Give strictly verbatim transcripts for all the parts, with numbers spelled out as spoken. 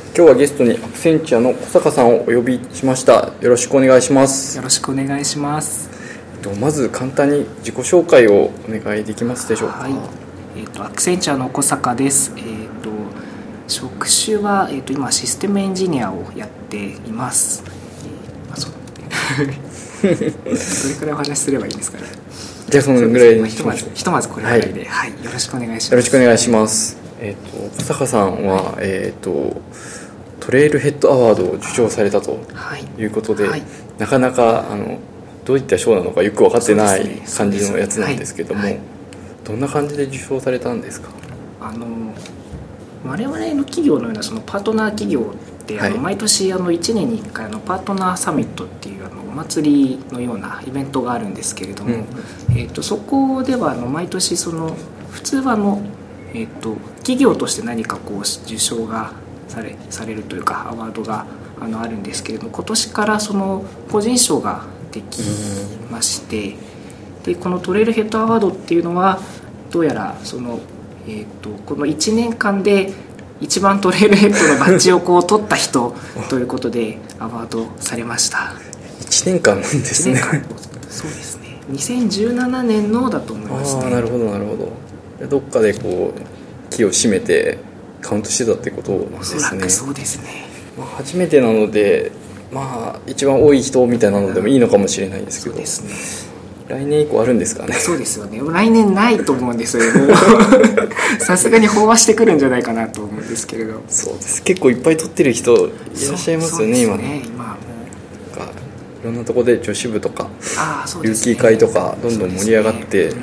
今日はゲストにアクセンチュアの小坂さんをお呼びしました。よろしくお願いします。 よろしくお願いします。 えっと、まず簡単に自己紹介をお願いできますでしょうか。 はい、えっと、アクセンチュアの小坂です。えっと、職種は、えっと、今システムエンジニアをやっています。えー、あ、そうどれくらいお話しすればいいんですかね。 じゃあそのぐらいにひとまずひとまずこれぐらいで、はい、はい、よろしくお願いします。 よろしくお願いします。えっと小坂さんは、はい、えっとトレイルヘッドアワードを受賞されたということで、はいはい、なかなかあのどういった賞なのかよく分かってない感じのやつなんですけども、はいはい、どんな感じで受賞されたんですか。 あの我々の企業のようなそのパートナー企業って、はい、あの毎年あのいちねんにいっかいのパートナーサミットっていうあのお祭りのようなイベントがあるんですけれども、うん、えー、とそこではあの毎年その普通はあの、えー、と企業として何かこう受賞がされ、されるというかアワードがあのあるんですけれども、今年からその個人賞ができまして、でこのトレイルヘッドアワードっていうのはどうやらその、えー、とこのいちねんかんで一番トレイルヘッドのバッジをこう取った人ということでアワードされました。 いちねんかんなんですね。いちねんかん、 そうですね。にせんじゅうななねんのだと思いますね。 ああ、なるほどなるほど。どっかでこう木を締めてカウントしてたってことなんですね。 おそらくそうですね。 まあ、初めてなので、まあ一番多い人みたいなのでもいいのかもしれないですけど、 そうですね。 来年以降あるんですかね。 そうですよね。来年ないと思うんですよ。さすがに飽和してくるんじゃないかなと思うんですけれど。 そうです。結構いっぱい取ってる人いらっしゃいますよね。今ね。 今もうなんかいろんなところで女子部とかあそうです、ね、 ルーキー会とかどんどん盛り上がっていって、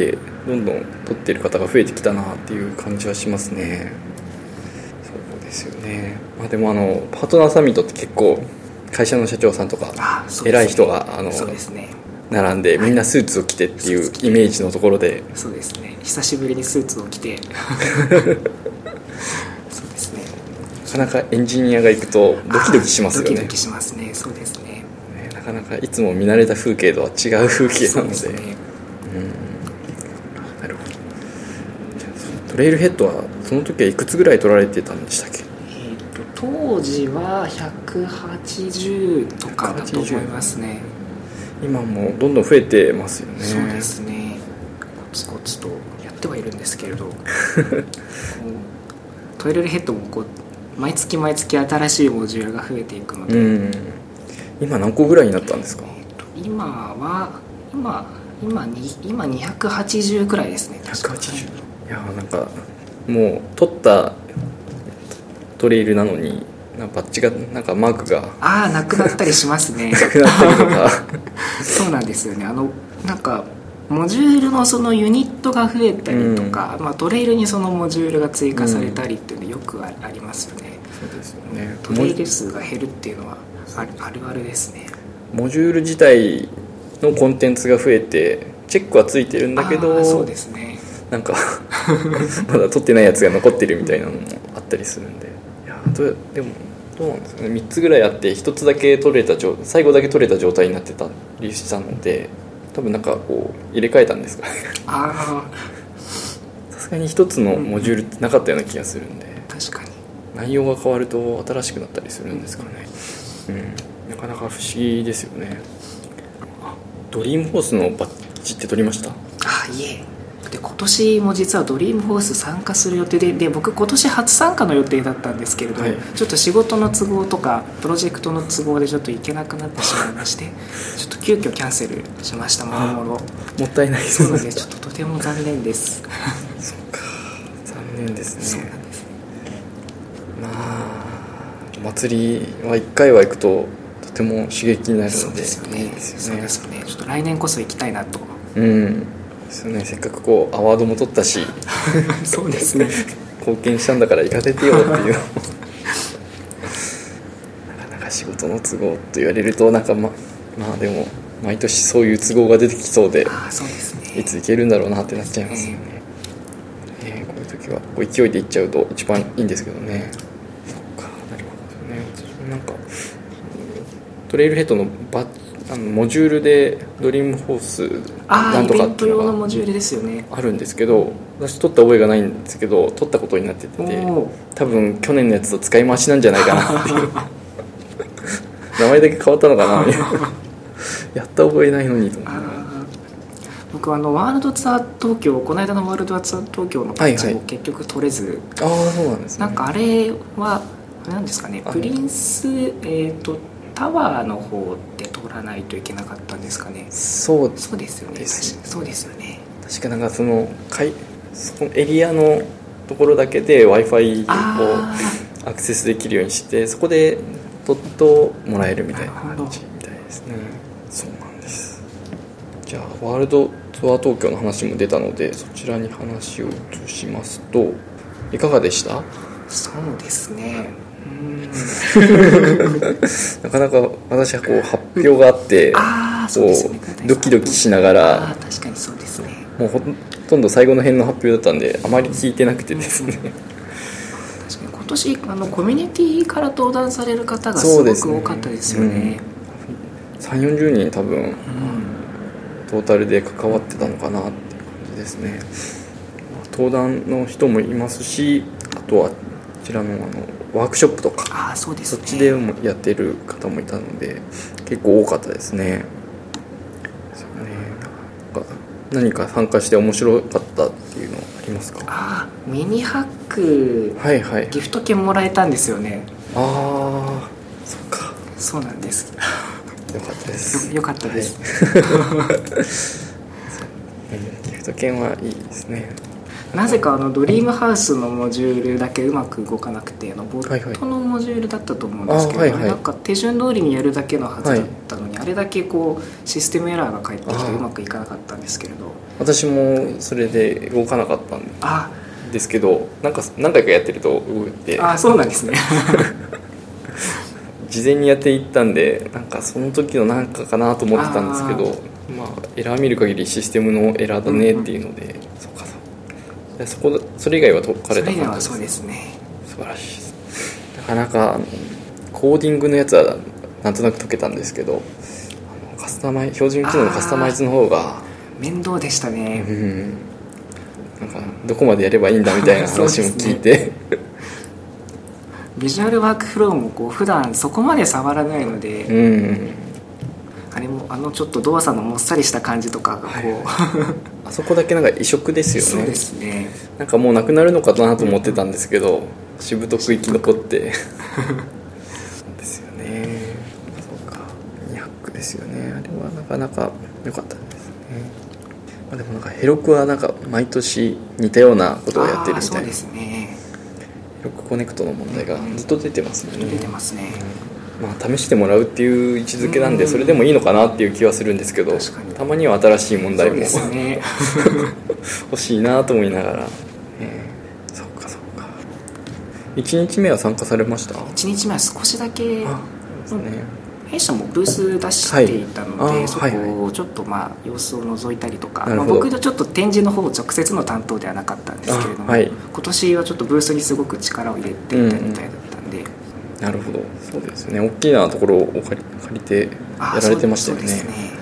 ね、うんうん、どんどん取ってる方が増えてきたなっていう感じはしますね。そうですよね。まあ、でもあのパートナーサミットって結構会社の社長さんとか偉い人があのそうですね並んでみんなスーツを着てっていうイメージのところで、 そうですね、久しぶりにスーツを着てそうですね、 なかなかエンジニアが行くとドキドキしますよね。 ドキドキしますね。そうですね。 ね、なかなかいつも見慣れた風景とは違う風景なので、そうですね、うん、なるほど。じゃあトレイルヘッドはその時はいくつぐらい取られてたんでしたっけ。 えー、と当時はひゃくはちじゅうとかだと思いますね。今もどんどん増えてますよね。 そうですね、コツコツとやってはいるんですけれどトレイルヘッドもこう毎月毎月新しいモジュールが増えていくので、うん、 今何個ぐらいになったんですか。 えー、と今は今今に今にひゃくはちじゅうくらいですね。 ひゃくはちじゅう、いやなんかもう取ったトレイルなのになんかバッジがなんかマークがああなくなったりしますね。 なくなったりとかそうなんですよね。あのなんかモジュールのそのユニットが増えたりとか、うん、まあ、トレイルにそのモジュールが追加されたりっていうのよくありますよね。 うん、そうですよね。 トレイル数が減るっていうのはあるあるあるですね。 モジュール自体のコンテンツが増えてチェックはついてるんだけど、 そうですね、 なんかまだ取ってないやつが残ってるみたいなのもあったりするんで、いやどでもどうなんですかね。みっつぐらいあってひとつだけ取れた状最後だけ取れた状態になってたりしたので、多分なんかこう入れ替えたんですかね。 あさすがにひとつのモジュールってなかったような気がするんで、 うん、確かに内容が変わると新しくなったりするんですかね。うん、なかなか不思議ですよね。あ、ドリームホースのバッジって取りました？ あ、いえ。で今年も実はドリームホース参加する予定 で, で僕今年初参加の予定だったんですけれど、はい、ちょっと仕事の都合とかプロジェクトの都合でちょっと行けなくなってしまいましてちょっと急遽キャンセルしました。もろもろもったいないですね。 そうなんです。ちょっととても残念です。 そうか、残念ですね。 そうなんですね。 まあお祭りはいっかいは行くととても刺激になるので、 そうですよね。そうですよね。ちょっと来年こそ行きたいなと。 うんですよね。せっかくこうアワードも取ったしそうですね貢献したんだから行かせてよっていうなかなか仕事の都合と言われるとなんか ま, まあでも毎年そういう都合が出てきそうで、 あ、そうですね、 いつ行けるんだろうなってなっちゃいますよね。えーえー、こういう時はこう勢いで行っちゃうと一番いいんですけどね。そうか、なるほどね。なんかトレイルヘッドのバッあのモジュールでドリームホースなんとかっていうのがあるんですけど、 私撮った覚えがないんですけど撮ったことになってて、多分去年のやつと使い回しなんじゃないかなっていう名前だけ変わったのかなみたいなやった覚えないのにと思って。 僕あのワールドツアー東京、この間のワールドツアー東京のパッチを結局取れず、 はいはい、ああそうなんですね。 なんかあれは何ですかね、プリンス、えー、とタワーの方で取らないといけなかったんですかね。 そうそうですよね。そうですよね。 確かなんかそのかいそのエリアのところだけで Wi-Fi をアクセスできるようにして、そこで取っともらえるみたいな感じみたいですね。そうなんです。じゃあワールドツアー東京の話も出たので、そちらに話を移しますと、いかがでした？ そうですね、うんなかなか私はこう発表があってあそうです、ね、 ドキドキしながら、 あ確かにそうですね、 もうほとんど最後の辺の発表だったんであまり聞いてなくてですね、うん、 確かに今年あのコミュニティから登壇される方がすごく多かったですよね。 さんじゅう、よんじゅうにん多分、うん、トータルで関わってたのかなっていう感じですね。登壇の人もいますし、あとはこちらのあのワークショップとか、 あそうですね、 そっちでもやってる方もいたので結構多かったですね。そうね、なんか何か参加して面白かったっていうのはありますか？ あミニハック、 はいはい、 ギフト券もらえたんですよね。 ああそっか、 そうなんです。 よかったです。 よ, よかったです、 はい、ギフト券はいいですね。 なぜかあのドリームハウスのモジュールだけうまく動かなくて、あのボットのモジュールだったと思うんですけど、はいはい、なんか手順通りにやるだけのはずだったのに、はい、あれだけこうシステムエラーが返ってきてうまくいかなかったんですけれど、 私もそれで動かなかったんですけど、なんか何回かやってると動いて、 あそうなんですね事前にやっていったんで、なんかその時の何かかなと思ってたんですけど、まあエラー見る限りシステムのエラーだねっていうので、うんうん、そうかそう、そこそれ以外は解かれた感じです。それ以外はそうですね。 素晴らしいです。なかなかあのコーディングのやつはなんとなく解けたんですけど、あのカスタマイ標準機能のカスタマイズの方が面倒でしたね。 うん、なんかどこまでやればいいんだみたいな話も聞いてビジュアルワークフローもこう普段そこまで触らないので、うん、あれもあのちょっと動作のもっさりした感じとかがこう、はい、 あそこだけなんか異色ですよね。 そうですね。 なんかもうなくなるのかなと思ってたんですけど、しぶとく生き残ってそうですよね。そうか、にハックですよね。あれはなかなか良かったですね。まあ、でもなんかヘロクはなんか毎年似たようなことをやってるみたいな。 そうですね。 ヘロクコネクトの問題がずっと出てますよね。 出てますね。 うん、まあ、試してもらうっていう位置づけなんでそれでもいいのかなっていう気はするんですけど、たまには新しい問題も、ね、欲しいなと思いながら、えー、そっかそっか。いちにちめは参加されました？ いちにちめは少しだけ、 あそうですね、 弊社もブース出していたので、はい、そこをちょっとまあ様子を覗いたりとか、まあ、僕のちょっと展示の方直接の担当ではなかったんですけれども、はい、今年はちょっとブースにすごく力を入れていたみたいだったんで、うんうん、 なるほど、そうですね。大きなところを借り、借りてやられてましたよね。そうですね。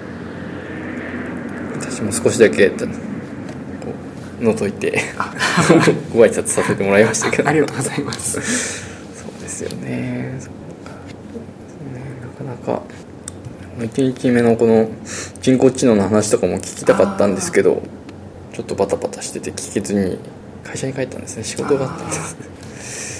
私も少しだけ覗いてご挨拶させてもらいましたけどありがとうございますそうですよね。なかなかいちにちめのこの人工知能の話とかも聞きたかったんですけど、ちょっとバタバタしてて聞けずに会社に帰ったんですね。仕事があったんです。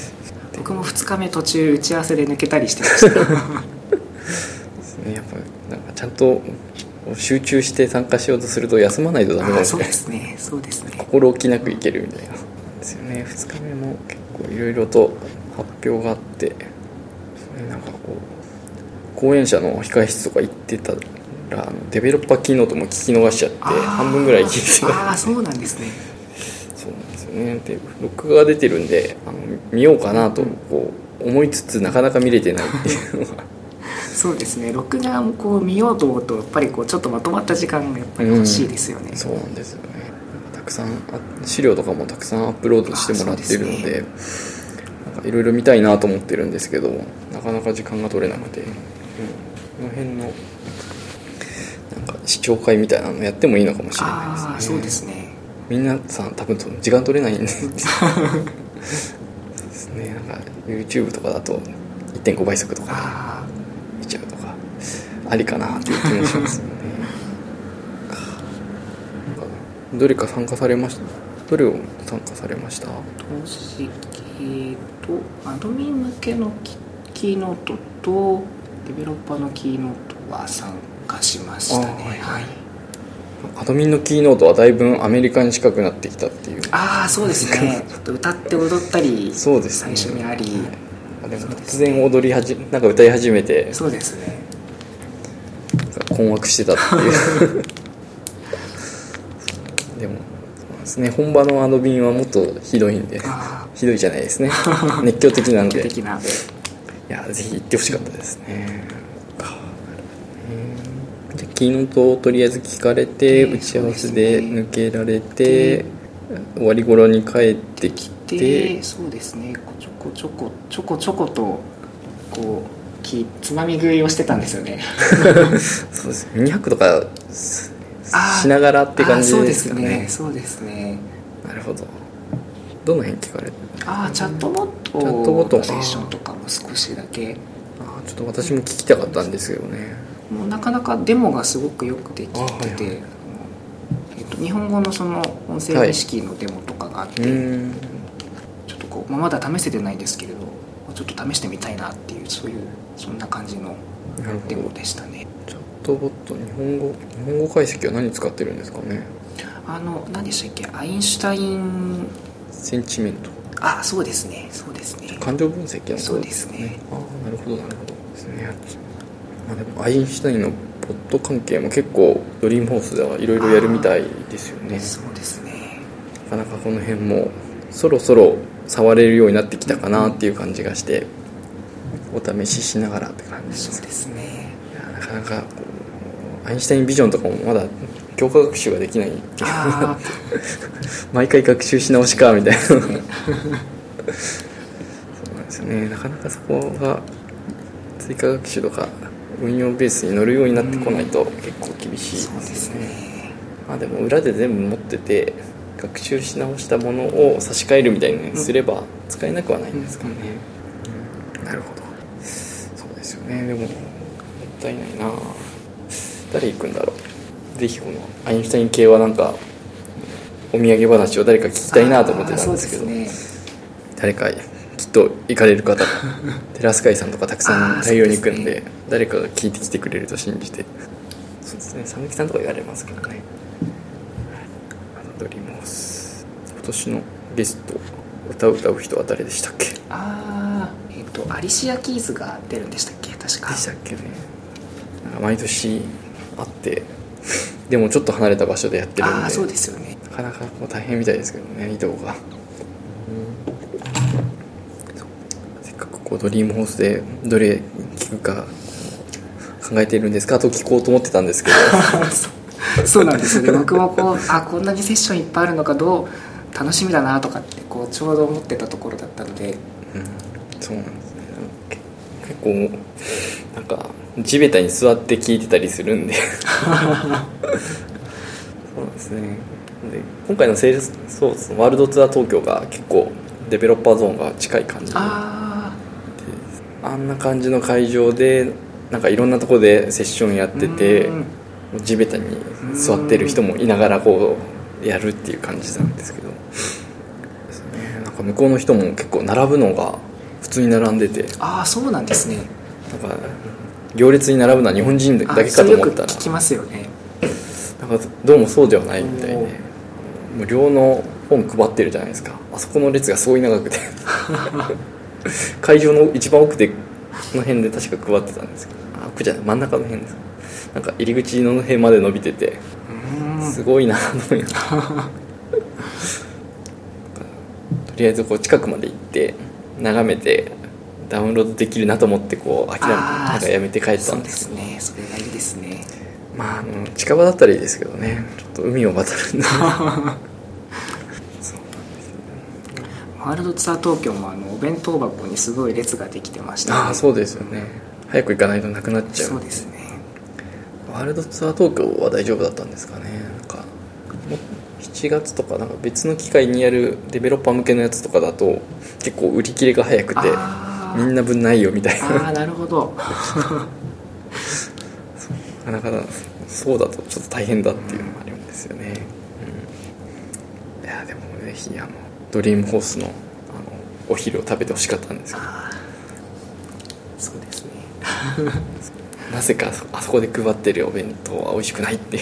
僕もふつかめ途中打ち合わせで抜けたりしてましたですね。やっぱなんかちゃんと集中して参加しようとすると休まないとダメなんで、 そうですね、そうですね、 心置きなくいけるみたいなですよね。ふつかめも結構いろいろと発表があって、なんかこう講演者の控室とか行ってたらデベロッパーキーノートも聞き逃しちゃって半分ぐらい聞いてた。 ああ、そうなんですね。 そうなんですよね。で録画が出てるんであの見ようかなとこう思いつつなかなか見れてないっていうのがそうですね。録画もこう見ようと思うとやっぱりこうちょっとまとまった時間がやっぱり欲しいですよね、 うん、そうなんですよね。たくさん資料とかもたくさんアップロードしてもらってるので、いろいろ見たいなと思ってるんですけどなかなか時間が取れなくて、うん、この辺のなんか視聴会みたいなのやってもいいのかもしれないですね。 あ、そうですね。 みんなさん多分時間取れないんでそうですね、なんか YouTube とかだと いってんご 倍速とかで見ちゃうとかありかなっていう気もしますよねどれか参加されました？どれを参加されました？ 投資系とアドミン向けのキーノートとデベロッパーのキーノートは参加しましたね。はい、はい、 アドミンのキーノートはだいぶアメリカに近くなってきたっていう。 ああそうですねちょっと歌って踊ったりそうですね、 最初にあり、 はい、でも突然踊りはじなんか歌い始めてそうですね困惑してたっていうでもそうですね、本場のアドビンはもっとひどいんでひどいじゃないですね熱狂的なので熱狂的ないやぜひ行ってほしかったですね。じゃキーノートをとりあえず聞かれて、えー、打ち合わせで抜けられて、終わり頃に帰ってきて、 そうですねちょこちょこちょこちょことこうきつまみ食いをしてたんですよねそうですミニハックとかしながらって感じですかね。 そうですねそうですねなるほど。どの辺聞かれてああチャットボットチャットボットのセッションとかも少しだけあちょっと私も聞きたかったんですけどね。 もうなかなかデモがすごくよくできてて、はいはいえっと、日本語のその音声認識のデモとかがあって、はい、ちょっとこう、まあ、まだ試せてないんですけれどちょっと試してみたいなっていうそういうそんな感じのデモでしたね。 チャットボット日本語日本語解析は何使ってるんですかね。 あの何でしたっけアインシュタインセンチメントあそうですねそうですね感情分析のそうですね。 あなるほどなるほどですね。まあ、でもアインシュタインのポット関係も結構ドリームホースではいろいろやるみたいですよね。 そうですねなかなかこの辺もそろそろ触れるようになってきたかなっていう感じがして、お試ししながらって感じです。 そうですね。 いやなかなかこうアインシュタインビジョンとかもまだ強化学習ができない毎回学習し直しかみたいなそうなんですよね。なかなかそこが追加学習とか運用ベースに乗るようになってこないと結構厳しいですね。 そうですね。 まあでも裏で全部持ってて学習し直したものを差し替えるみたいにすれば使えなくはないんですかね、うんうん、なるほど。そうですよね。でももったいないな。誰行くんだろう。ぜひこのアインシュタイン系はなんかお土産話を誰か聞きたいなと思ってたんですけど、ね、誰かきっと行かれる方テラスカイさんとかたくさん大量に行くん で, で、ね、誰かが聞いてきてくれると信じて。そうですね、佐々木さんとか言われますけどね。ドリームホース今年のゲスト歌う歌う人は誰でしたっけ。 ああえっ、ー、とアリシア・キーズが出るんでしたっけ。確かでしたっけね。なんか毎年あってでもちょっと離れた場所でやってるんで、 あそうですよね。 なかなかもう大変みたいですけどね移動が、うん、せっかくこうドリームホースでどれ聞くか考えているんですかと聞こうと思ってたんですけどそうなんですよね。僕もこうあこんなにセッションいっぱいあるのかどう楽しみだなとかってこうちょうど思ってたところだったので、 うん、そうなんですね。結構なんか地べたに座って聞いてたりするんでそうなんですね。で今回のセールスソースワールドツアー東京が結構デベロッパーゾーンが近い感じで、ああんな感じの会場でなんかいろんなところでセッションやってて地べたに座ってる人もいながらこうやるっていう感じなんですけどですね。なんか向こうの人も結構並ぶのが普通に並んでて、 ああそうなんですね。 なんか行列に並ぶのは日本人だけかと思ったら聞きますよね。 なんかどうもそうではないみたいで、無料の本配ってるじゃないですか。あそこの列がすごい長くて会場の一番奥での辺で確か配ってたんですけど、あ奥じゃない真ん中の辺です。なんか入り口の辺まで伸びててすごいなと思いますとりあえずこう近くまで行って眺めてダウンロードできるなと思ってこう諦めてなんかやめて帰ったんですけど、 そうですね、それがいいですね。 まあ、あの近場だったらいいですけどね、ちょっと海を渡るんでそうなんですね。 ワールドツアー東京もあのお弁当箱にすごい列ができてましたね。 ああそうですよね。早く行かないとなくなっちゃう。 そうですね。 ワールドツアー東京は大丈夫だったんですかね。なんかもしちがつとかなんか別の機械にやるデベロッパー向けのやつとかだと結構売り切れが早くてみんな分ないよみたいな。 ああなるほどなかなかそうだとちょっと大変だっていうのもあるんですよね、うん、いやでもぜひあのドリームホースの、あのお昼を食べてほしかったんですけど、 あそうですねなぜかあそこで配ってるお弁当は美味しくないっていう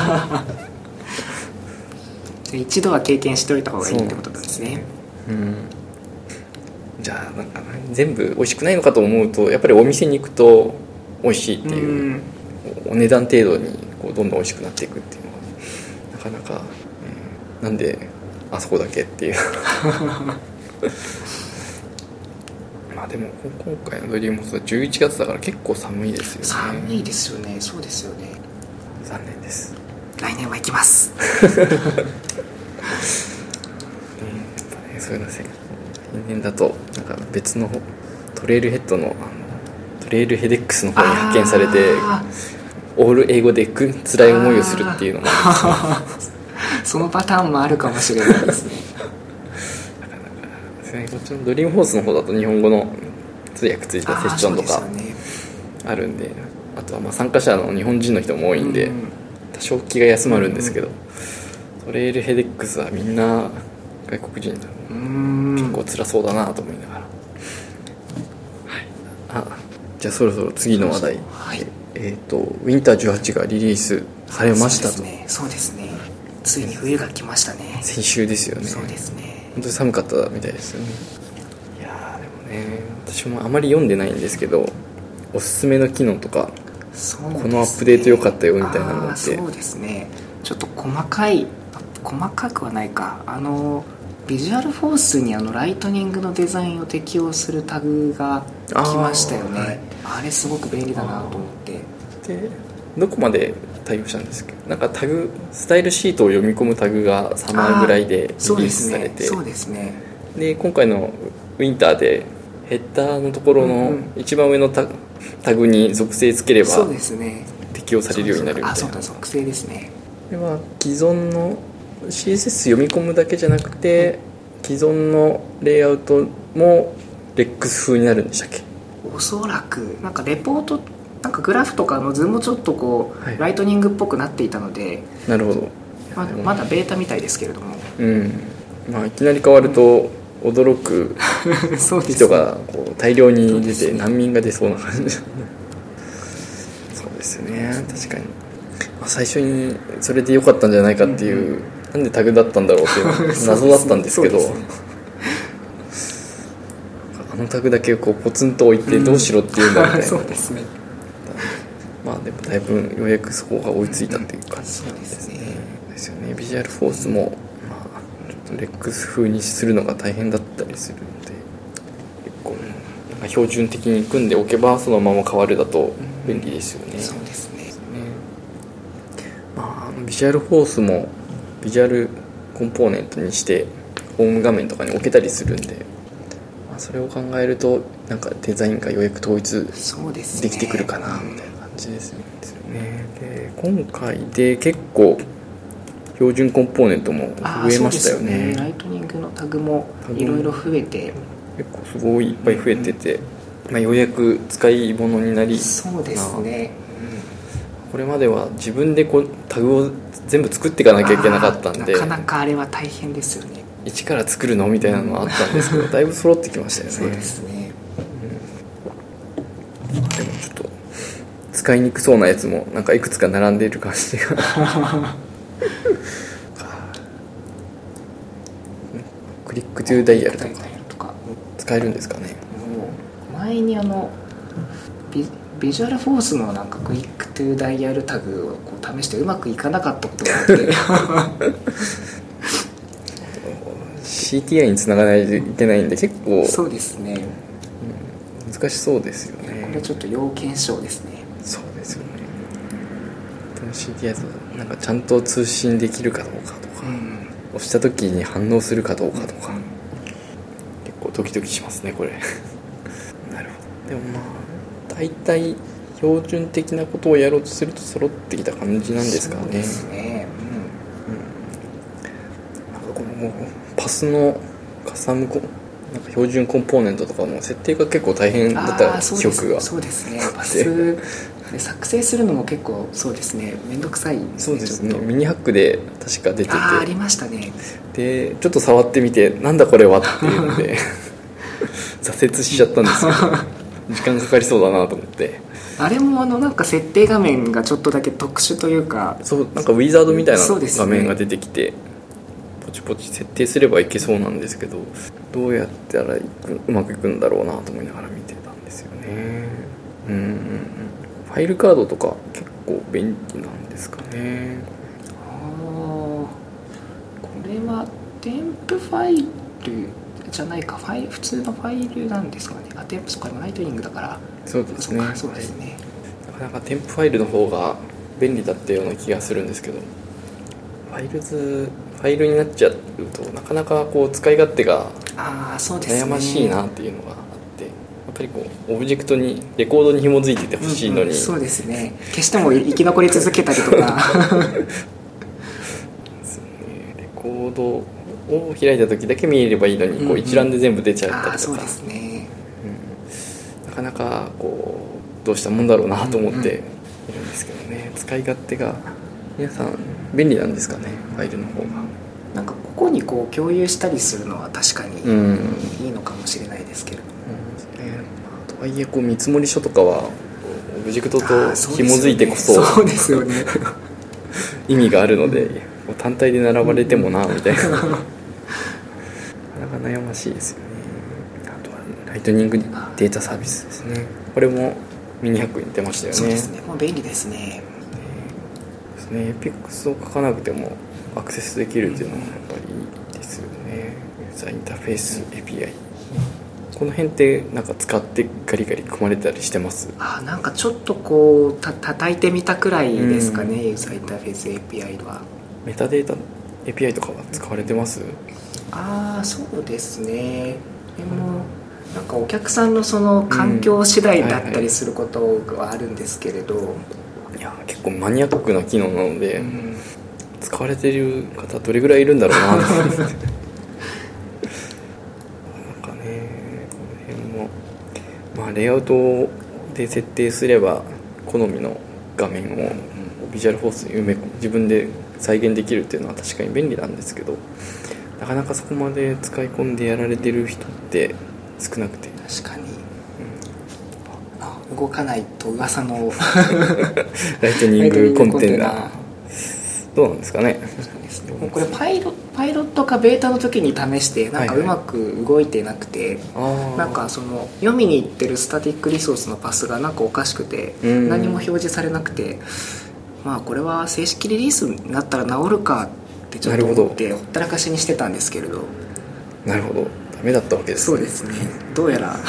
じゃ一度は経験しておいた方がいいってことなんですね。 うん、じゃあなんか全部美味しくないのかと思うとやっぱりお店に行くと美味しいっていう、うん、お値段程度にこうどんどん美味しくなっていくっていうのがなかなか、えー、なんであそこだけっていうまあでも今回のドリームホースはじゅういちがつだから結構寒いですよね。 寒いですよね。そうですよね。 残念です。 来年は行きますうん、そういうのせ来年だとなんか別のトレイルヘッドの、あのトレイルヘデックスの方に派遣されてオール英語で辛い思いをするっていうのもあるんですねそのパターンもあるかもしれないですねなかなかこっちのドリームホースの方だと日本語の通訳ついたセッションとかあるんで、 あとはまあ参加者の日本人の人も多いんで、うん、多少気が休まるんですけど、うん、トレイルヘデックスはみんな外国人だ、うん、結構辛そうだなと思いながら、はい、あじゃあそろそろ次の話題、はい、えーとウィンターじゅうはちがリリースされましたと。 そうですね、そうですね、ついに冬が来ましたね。 先週ですよね。 そうですね、 本当に寒かったみたいですよね。いやでもね、私もあまり読んでないんですけどおすすめの機能とか、そうですね、このアップデート良かったよみたいなのって。 そうですね、ちょっと細かい細かくはないか、あのビジュアルフォースにあのライトニングのデザインを適用するタグが来ましたよね。 あ,、はい、あれすごく便利だなと思って。でどこまで対応したんですけど、なんかタグスタイルシートを読み込むタグがサマーぐらいでリリースされて、 そうですね、 で今回のウィンターでヘッダーのところの一番上の タ,、うんうん、タグに属性つければそうですね適用されるようになるみたいな。 あ、そうだ、属性ですね。 これは既存の シーエスエス 読み込むだけじゃなくて、うん、既存のレイアウトもレックス風になるんでしたっけ。 おそらくなんかレポートなんかグラフとかの図もちょっとこう、はい、ライトニングっぽくなっていたので。 なるほど。 ま, まだベータみたいですけれども、 うん、まあ、いきなり変わると驚く人がこう大量に出て難民が出そうな感じそうですよね、確かに、まあ、最初にそれで良かったんじゃないかっていう、うんうん、なんでタグだったんだろうっていう謎だったんですけどあのタグだけこうポツンと置いてどうしろっていうんだみたいな、うん、そうですね。まあでもだいぶようやくそこが追いついたっていう感じなんですね。ですよね。ビジュアルフォースも、まあ、ちょっとレックス風にするのが大変だったりするので、結構なんか標準的に組んでおけばそのまま変わるだと便利ですよね。 うん、そうですね。 まあ、ビジュアルフォースもビジュアルコンポーネントにしてホーム画面とかに置けたりするんで、まあ、それを考えるとなんかデザインがようやく統一できてくるかなみたいな感じですよね。で今回で結構標準コンポーネントも増えましたよ ね, ねライトニングのタグもいろいろ増えて結構すごいいっぱい増えてて、うんまあ、ようやく使い物になり、 そうですね、 うん、これまでは自分でこうタグを全部作っていかなきゃいけなかったんで、 なかなかあれは大変ですよね。 一から作るのみたいなのはあったんですけど、だいぶ揃ってきましたよね。 そうですね、 うん、でもちょっと使いにくそうなやつもなんかいくつか並んでいる感じがクリックトゥーダイヤルとか使えるんですかね。 前にあの ビ, ビジュアルフォースのなんかクリックトゥーダイヤルタグをこう試してうまくいかなかったことがあってシーティーアイ につながないといけないんで結構そうですね、 うん、難しそうですよね。 これちょっと要検証ですね。 そうですよね。でも シーティーアイ となんかちゃんと通信できるかどうかとか、うん、押した時に反応するかどうかとか、うん、結構ドキドキしますねこれなるほど。でもまあ大体標準的なことをやろうとすると揃ってきた感じなんですかね。 そうですね、 もうパスのカスタムコなんか標準コンポーネントとかも設定が結構大変だった記憶がそうですねパスで作成するのも結構そうですねめんどくさいですね。 そうですねミニハックで確か出ててああありましたね。 でちょっと触ってみてなんだこれはっていうので挫折しちゃったんですけど時間かかりそうだなと思ってあれもあのなんか設定画面がちょっとだけ特殊というかそうなんかウィザードみたいなそうですね画面が出てきて、ポチポチ設定すればいけそうなんですけどどうやったらいくうまくいくんだろうなと思いながら見てたんですよね。うんうんうんファイルカードとか結構便利なんですかね。 ああこれは添付ファイルじゃないかファイ普通のファイルなんですかね。あ添付そっかライトニングだからそうですね。 そうですね。 なかなか添付ファイルの方が便利だったような気がするんですけどファイルズファイルになっちゃうとなかなかこう使い勝手がああそうですね悩ましいなっていうのがあってやっぱりこうオブジェクトにレコードに紐づいててほしいのに、うんうん、 そうですね消しても生き残り続けたりとかレコードを開いた時だけ見えればいいのにこう一覧で全部出ちゃったりとか、うんうん、 そうですね、 うん、なかなかこうどうしたもんだろうなと思っているんですけどね、うんうん、使い勝手が皆さん便利なんですかねファイルの方が。 なんかここにこう共有したりするのは確かにいいのかもしれないですけれども、 うんうんね、とはいえこう見積書とかはオブジェクトと紐づいてこそそうですよね意味があるので単体で並ばれてもなみたいななかなか悩ましいですよね。あとはライトニングデータサービスですね。これもミニハックに出ましたよね。 そうですねもう便利ですね。 ですねエピックスを書かなくてもアクセスできるっていうのはやっぱりいいですよね。ユーザーインターフェース エーピーアイ、この辺ってなんか使ってガリガリ組まれたりしてます？ あなんかちょっとこうた叩いてみたくらいですかね、うん、ユーザーインターフェース エーピーアイ は。 メタデータ エーピーアイ とかは使われてます？ ああそうですね。でもなんかお客さんのその環境次第だったりすることはあるんですけれど、うんはいはい、 いや結構マニアックな機能なので、うん、使われてる方どれぐらいいるんだろうなと思ってなんかねこの辺もまあレイアウトで設定すれば好みの画面をビジュアルフォースに埋め自分で再現できるっていうのは確かに便利なんですけどなかなかそこまで使い込んでやられてる人って少なくて確かに、うん、あ動かないと噂のライトニングコンテナどうなんですかね。 これパイロ、パイロットかベータの時に試してなんかうまく動いてなくて、はいはい、なんかその読みに行ってるスタティックリソースのパスがなんかおかしくて何も表示されなくて、まあこれは正式リリースになったら治るかってちょっと思ってほったらかしにしてたんですけれど。 なるほどダメだったわけですね。そうですねどうやら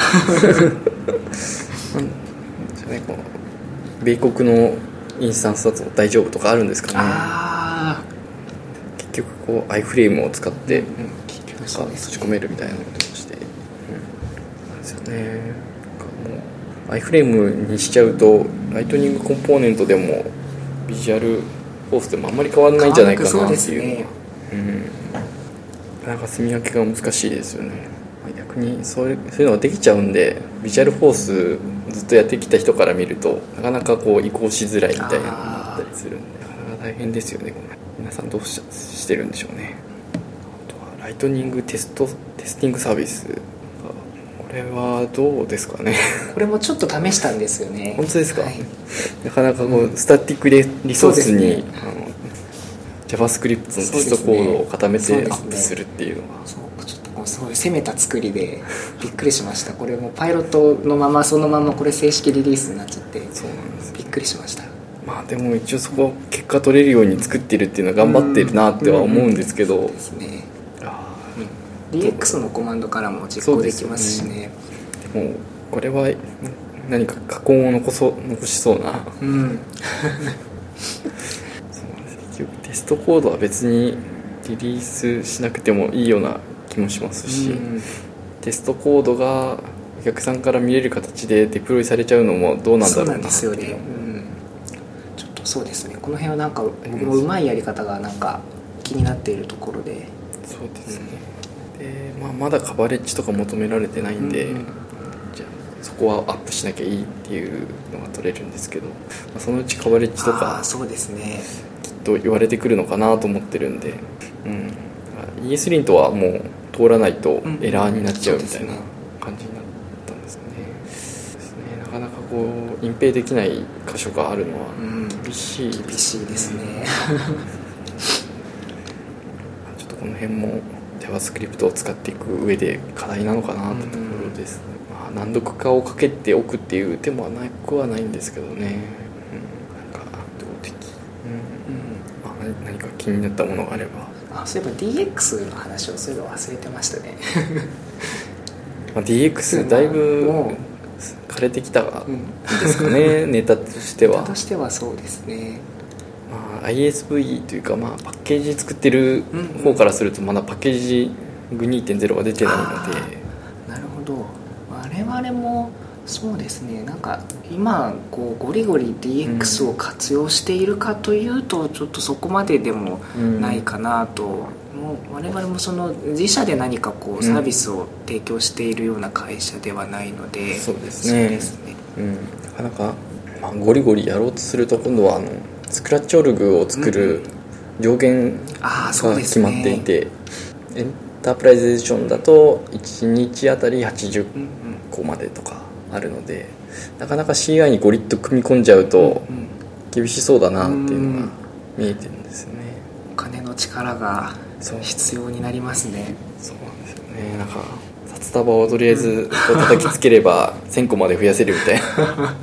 ね、こう米国のインスタンスだと大丈夫とかあるんですかね。 あ結局こう アイフレームを使って、うんうん、 閉じ込めるみたいなことをして、うん、なんですよね。もう アイフレームにしちゃうとライトニングコンポーネントでもビジュアルフォースでもあんまり変わらないんじゃないかなっていうのは、ねうん、なかなか住み分けが難しいですよね。逆にそういう、そういうのができちゃうんでビジュアルフォースずっとやってきた人から見るとなかなかこう移行しづらいみたいなのがあったりするんでなかなか大変ですよね。皆さんどう し, してるんでしょうね。あとはライトニングテストテスティングサービスこれはどうですかね。 これもちょっと試したんですよね。 本当ですか、 はい、 なかなかこうスタティックリソースに、ね、あの JavaScript のテストコードを固めてアップするっていうのがそうちょっとこうすごい攻めた作りでびっくりしました。これもパイロットのままそのままこれ正式リリースになっちゃってそうなんですびっくりしました。 まあでも一応そこ結果取れるように作ってるっていうのは頑張ってるなっては思うんですけど、うんうん、 ですね。ディーエックス のコマンドからも実行できますしね。 でもこれは何か加工を残そう残しそうな、うん、そうテストコードは別にリリースしなくてもいいような気もしますし、うん、テストコードがお客さんから見れる形でデプロイされちゃうのもどうなんだろうな。そうなんですよね、うん、 ちょっとそうですねこの辺はなんか僕もうまいやり方がなんか気になっているところでそうですね、うん、で、まあ、まだカバレッジとか求められてないんで、うんうん、じゃあそこはアップしなきゃいいっていうのが取れるんですけど、まあ、そのうちカバレッジとかそうですねきっと言われてくるのかなと思ってるんで、うん、イーエス リントはもう通らないとエラーになっちゃうみたいな感じになったんですね、うん、ですね。なかなかこう隠蔽できない箇所があるのは厳しいですね、うん、 厳しいですねちょっとこの辺も JavaScript を使っていく上で課題なのかなってところですね、うん、まあ、難読化をかけておくっていう手もなくはないんですけどね、うん、なんか動的、うんうん、まあ、何か気になったものがあれば。 あ、そういえば ディーエックス の話をするの忘れてましたねまあ ディーエックス だいぶ枯れてきたんですかね、うん、ネタとしては。 ネタとしてはそうですね、 まあ、アイエスブイ というか、まあ、パッケージ作ってる方からするとまだパッケージ にてんゼロ が出てないので。 なるほど。我々もそうですね、なんか今こうゴリゴリ ディーエックス を活用しているかというと、ちょっとそこまででもないかなと、うん、もう我々もその自社で何かこうサービスを提供しているような会社ではないので、うん、 そうですね、そうですね、うん、なかなか、まあ、ゴリゴリやろうとすると今度はあのスクラッチオルグを作る上限が決まっていて、うん、エンタープライゼーションだといちにちあたりはちじゅっこまでとかあるので、なかなか シーアイ にゴリッと組み込んじゃうと厳しそうだなっていうのが見えてるんですよね。 お金の力が必要になりますね。 そうなんですよね。なんか札束をとりあえずこう叩きつければせんこまで増やせるみたいなま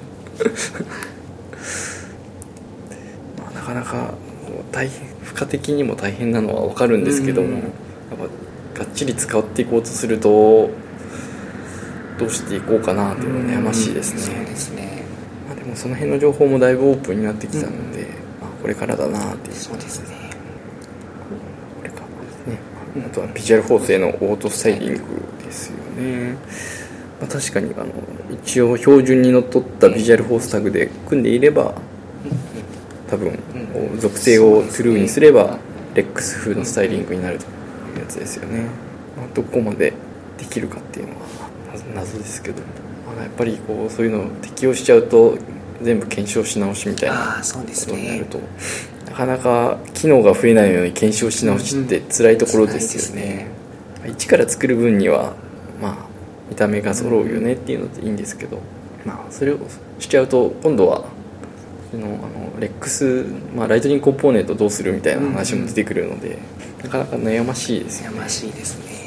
あなかなか大変、付加的にも大変なのは分かるんですけども、やっぱがっちり使っていこうとするとどうしていこうかなっていうのは悩ましいですね。 そうですね、 まあ、でもその辺の情報もだいぶオープンになってきたので、うん、まあ、これからだなっていう。 そうですね、 これからですね。あとはビジュアルフォースへのオートスタイリングですよね。まあ、確かにあの一応標準にのっとったビジュアルフォースタグで組んでいれば、多分属性をトゥルーにすればレックス風のスタイリングになるというやつですよね。まあ、どこまでできるかっていうのは謎ですけど、まあ、やっぱりこうそういうのを適用しちゃうと全部検証し直しみたいなことになると、なかなか機能が増えないのに検証し直しって辛いところですよね。うんうん、一から作る分にはまあ見た目が揃うよねっていうのでいいんですけど、まあ、それをしちゃうと今度はそのあのレックス、まあ、ライトニングコンポーネントどうするみたいな話も出てくるので、うんうん、なかなか悩ましいですよね。 悩ましいですね。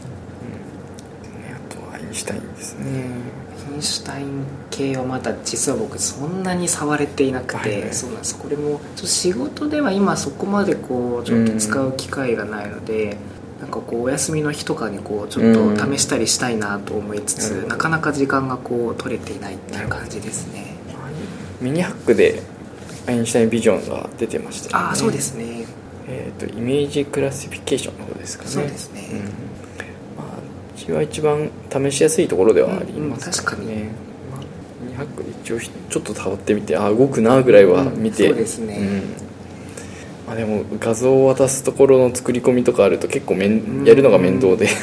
アインシュタインですね。 アインシュタイン系はまだ実は僕そんなに触れていなくて、はいはい、そうなんです。これもちょっと仕事では今そこまでこうちょっと使う機会がないので、うん、なんかこうお休みの日とかにこうちょっと試したりしたいなと思いつつ、うん、なかなか時間がこう取れていないっていう感じですね。 ミニハックでアインシュタインビジョンが出てましたよね。 ああ、そうですね。 えーと、イメージクラシフィケーションの方ですかね。 そうですね、うん、 は一番試しやすいところではありますからね。うんうん、確かに、 まあ、にひゃくで一応ちょっと触ってみて、あ動くなぐらいは見て、 うん、そうですね、うん、 まあ、でも画像を渡すところの作り込みとかあると結構めんやるのが面倒で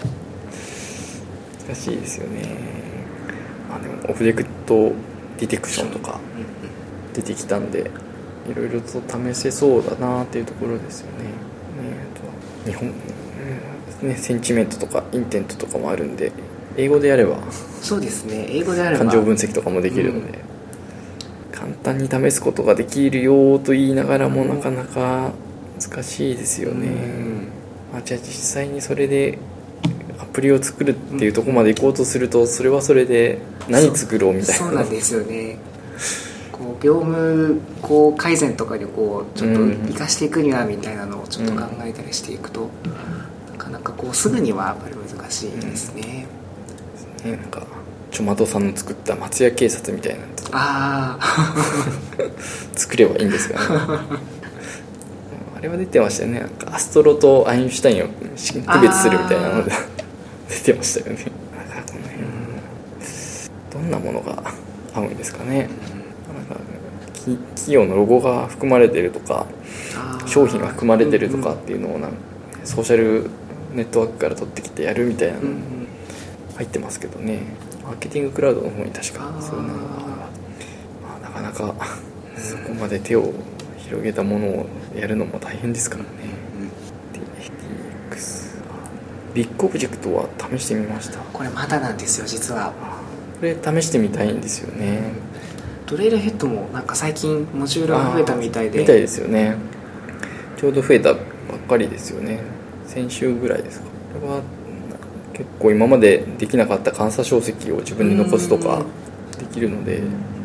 難しいですよね。まあ、でもオブジェクトディテクションとか出てきたんでいろいろと試せそうだなっていうところですよね。ね、あとは日本ね、センチメントとかインテントとかもあるんで、英語でやればそうですね、英語であれば感情分析とかもできるので、うん、簡単に試すことができるよと言いながらもなかなか難しいですよね。うん、まあ、じゃあ実際にそれでアプリを作るっていうところまで行こうとすると、それはそれで何作ろうみたいな。 そう、そうなんですよね。こう業務こう改善とかでこうちょっと生かしていくにはみたいなのをちょっと考えたりしていくと、うん、なかなかこうすぐにはやっぱり難しいですね。 うん、なんかちょまとさんの作った松屋警察みたいなのあ作ればいいんですがねあれは出てましたよね。なんかアストロとアインシュタインを区別するみたいなので出てましたよね。なんかこの辺、うん、どんなものが合うんですかね。なんか企業のロゴが含まれてるとか商品が含まれてるとかっていうのをなんかソーシャルネットワークから取ってきてやるみたいなのうんうん入ってますけどね、マーケティングクラウドの方に確かそういうのが、まあ、なかなかそこまで手を広げたものをやるのも大変ですからね。 ディーエックス ビッグオブジェクトは試してみました。 これまだなんですよ実は。 これ試してみたいんですよね。 トレイルヘッドもなんか最近モジュールが増えたみたいで。 みたいですよね。ちょうど増えたばっかりですよね。先週ぐらいですか。これは結構今までできなかった監査証跡を自分で残すとかできるので、ね、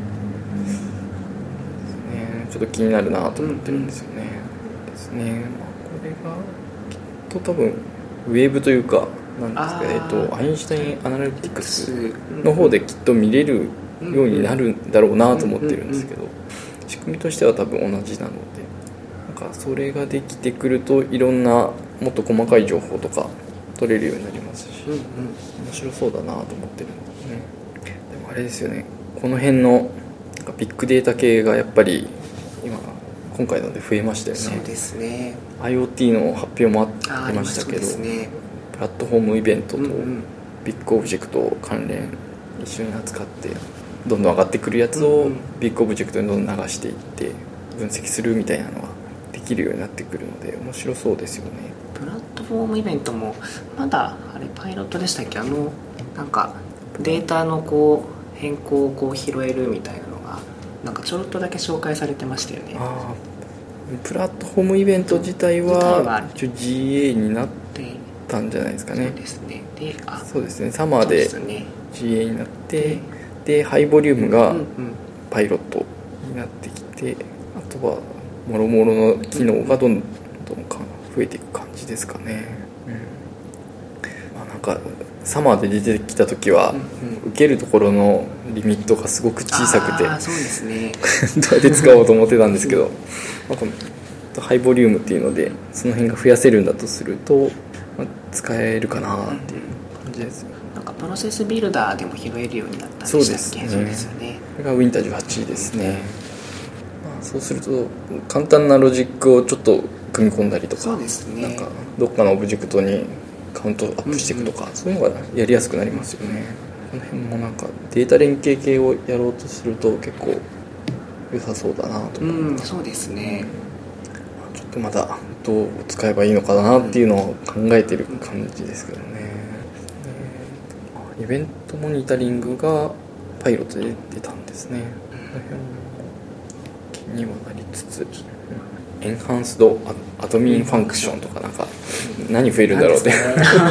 ちょっと気になるなと思ってるんですよね。うんうん、ですね。まあ、これがきっと多分ウェーブというかなんですか、えっとアインシュタインアナリティクスの方できっと見れるようになるんだろうなと思ってるんですけど、仕組みとしては多分同じなので、なんかそれができてくるといろんなもっと細かい情報とか取れるようになりますし、うんうん、面白そうだなと思ってるんですね。でもあれですよね、この辺のなんかビッグデータ系がやっぱり今今回ので増えましたよね。 そうですね。 IoT の発表もありましたけど、ね、プラットフォームイベントとビッグオブジェクト関連一緒に扱ってどんどん上がってくるやつをビッグオブジェクトにどんどん流していって分析するみたいなのができるようになってくるので面白そうですよね。 プラットフォームイベントもまだあれパイロットでしたっけ。あのなんかデータのこう変更をこう拾えるみたいなのがなんかちょろっとだけ紹介されてましたよね。あ、 プラットフォームイベント自体は一応 ジーエー になったんじゃないですかね。 そうですね。で、あ、 そうですね、サマーで ジーエー になって、でハイボリュームがパイロットになってきて、あとはもろもろの機能がどんどん増えていく感じですかね。うん、まあ、なんかサマーで出てきた時は、うんうん、受けるところのリミットがすごく小さくて、 あ、そうですねどうやって使おうと思ってたんですけどなんかハイボリュームっていうのでその辺が増やせるんだとすると、まあ、使えるかなっていう感じですね。 なんかプロセスビルダーでも拾えるようになったんでしたっけ。そうですね。そうですよね。 これが ウィンターじゅうはち ですね。まあ、そうすると簡単なロジックをちょっと組み込んだりとか、 そうですね、 なんかどっかのオブジェクトにカウントアップしていくとか、うんうん、そういうのがやりやすくなりますよね。この辺もなんかデータ連携系をやろうとすると結構良さそうだなと思って、うん、 そうですね。 ちょっとまだどう使えばいいのかなっていうのを考えてる感じですけどね。イベントモニタリングがパイロットで出たんですね。この辺も気にはなりつつ、エンハンスドアドミンファンクションとかなんか何増えるんだろうって、ね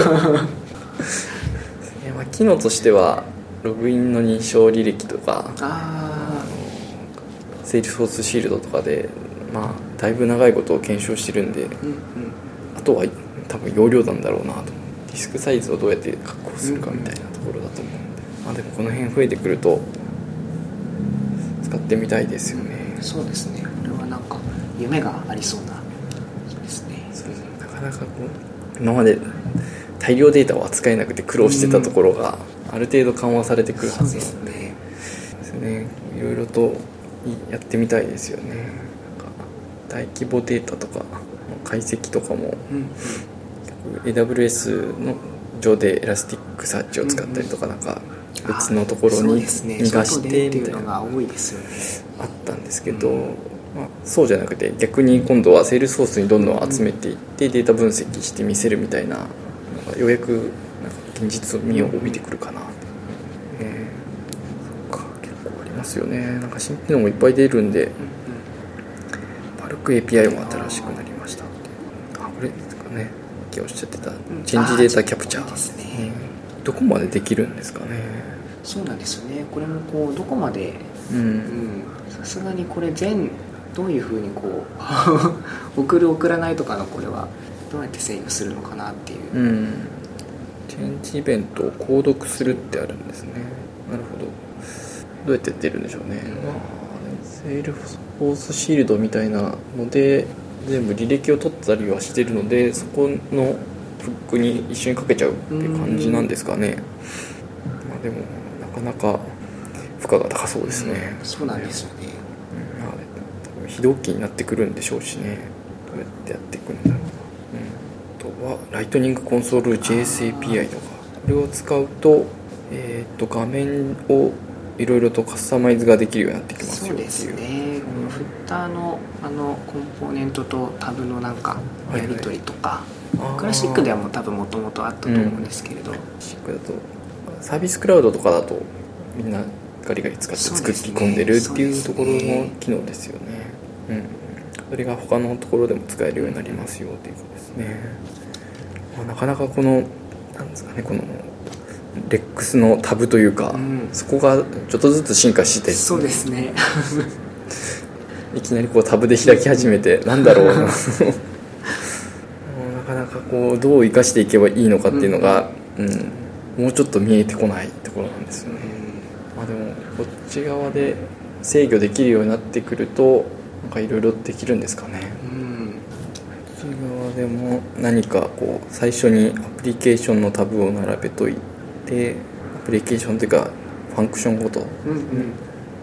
まあ、機能としてはログインの認証履歴とか、あのセールスフォースシールドとかで、まあ、だいぶ長いことを検証してるんで、うんうん、あとは多分容量なんだろうなと。ディスクサイズをどうやって確保するかみたいなところだと思うんで、まあ、でもこの辺増えてくると使ってみたいですよね。 そうですね。これはなんか夢がありそうなですね。 そうですね。なかなかこう今まで大量データを扱えなくて苦労してたところがある程度緩和されてくるはずなので、ですね、いろいろとやってみたいですよね。なんか大規模データとか解析とかも、うんうん、エーダブリューエス の上でエラスティックサーチを使ったりとか、なんか別のところに逃がしてみたいなのがあったんですけど、まあ、そうじゃなくて逆に今度はセールスフォースにどんどん集めていってデータ分析して見せるみたいなのがようやくなんか現実味を帯びてくるかな、えー、そっか結構ありますよね。なんか新機能もいっぱい出るんで、バルク エーピーアイ も新しくなりました。あ、これですかね、さっきおっしゃってたチェンジデータキャプチャーですね。どこまでできるんですかね。 そうなんですよね。これもこうどこまでさすがにこれ全どういうふうにこう送る送らないとかのこれはどうやって制御するのかなっていう、うん、 チェンジイベントを購読するってあるんですね。なるほど。どうやってやってるんでしょうね、うん、セールフォースシールドみたいなので全部履歴を取ったりはしてるので、そこのフックに一緒にかけちゃうっていう感じなんですかね。まあ、でもなかなか負荷が高そうですね、 うん、そうなんですよね、 うん、まあ、多分非同期になってくるんでしょうしね。どうやってやっていくんだろうな、うん、あライトニングコンソール ジェイエスエーピーアイ とかこれを使うと、えー、と画面をいろいろとカスタマイズができるようになってきますよっていう。 そうですね、このフッターのあのコンポーネントとタブのなんかやり取りとか、はいはい、クラシックではもう多分もともとあったと思うんですけれど、うん、クラシックだとサービスクラウドとかだとみんなガリガリ使って作り込んでるっていうところの機能ですよね。うん、それが他のところでも使えるようになりますよっていうことですね。まあ、なかなかこのなんですかね、このレックスのタブというか、うん、そこがちょっとずつ進化して、 そうですねいきなりこうタブで開き始めてなんだろうななかなかこうどう生かしていけばいいのかっていうのが、うんうん、もうちょっと見えてこないところなんですよね。うん、まあ、でもこっち側で制御できるようになってくるとなんかいろいろできるんですかね。うん、こっち側でも何かこう最初にアプリケーションのタブを並べといて、アプリケーションというかファンクションごと、うんうん、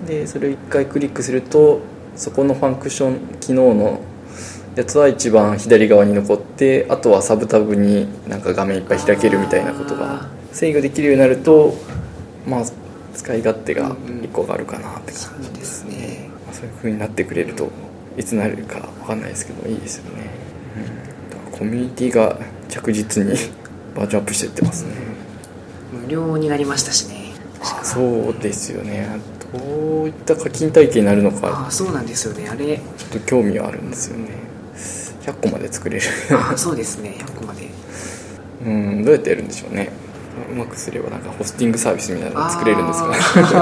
でそれをいっかいクリックするとそこのファンクション機能のやつは一番左側に残って、あとはサブタブになんか画面いっぱい開けるみたいなことが制御できるようになると、まあ使い勝手がいっこがあるかなって感じですね。まあ、そういう風になってくれるといつなるか分かんないですけどいいですよね。うん、コミュニティが着実にバージョンアップしていってますね。 無料になりましたしね。 あ、そうですよね。どういった課金体系になるのか、 あ、そうなんですよね。あれちょっと興味はあるんですよね。ひゃっこまで作れるあ、そうですね、ひゃっこまで。 うん、どうやってやるんでしょうね。うまくすればなんかホスティングサービスみたいなの作れるんですかね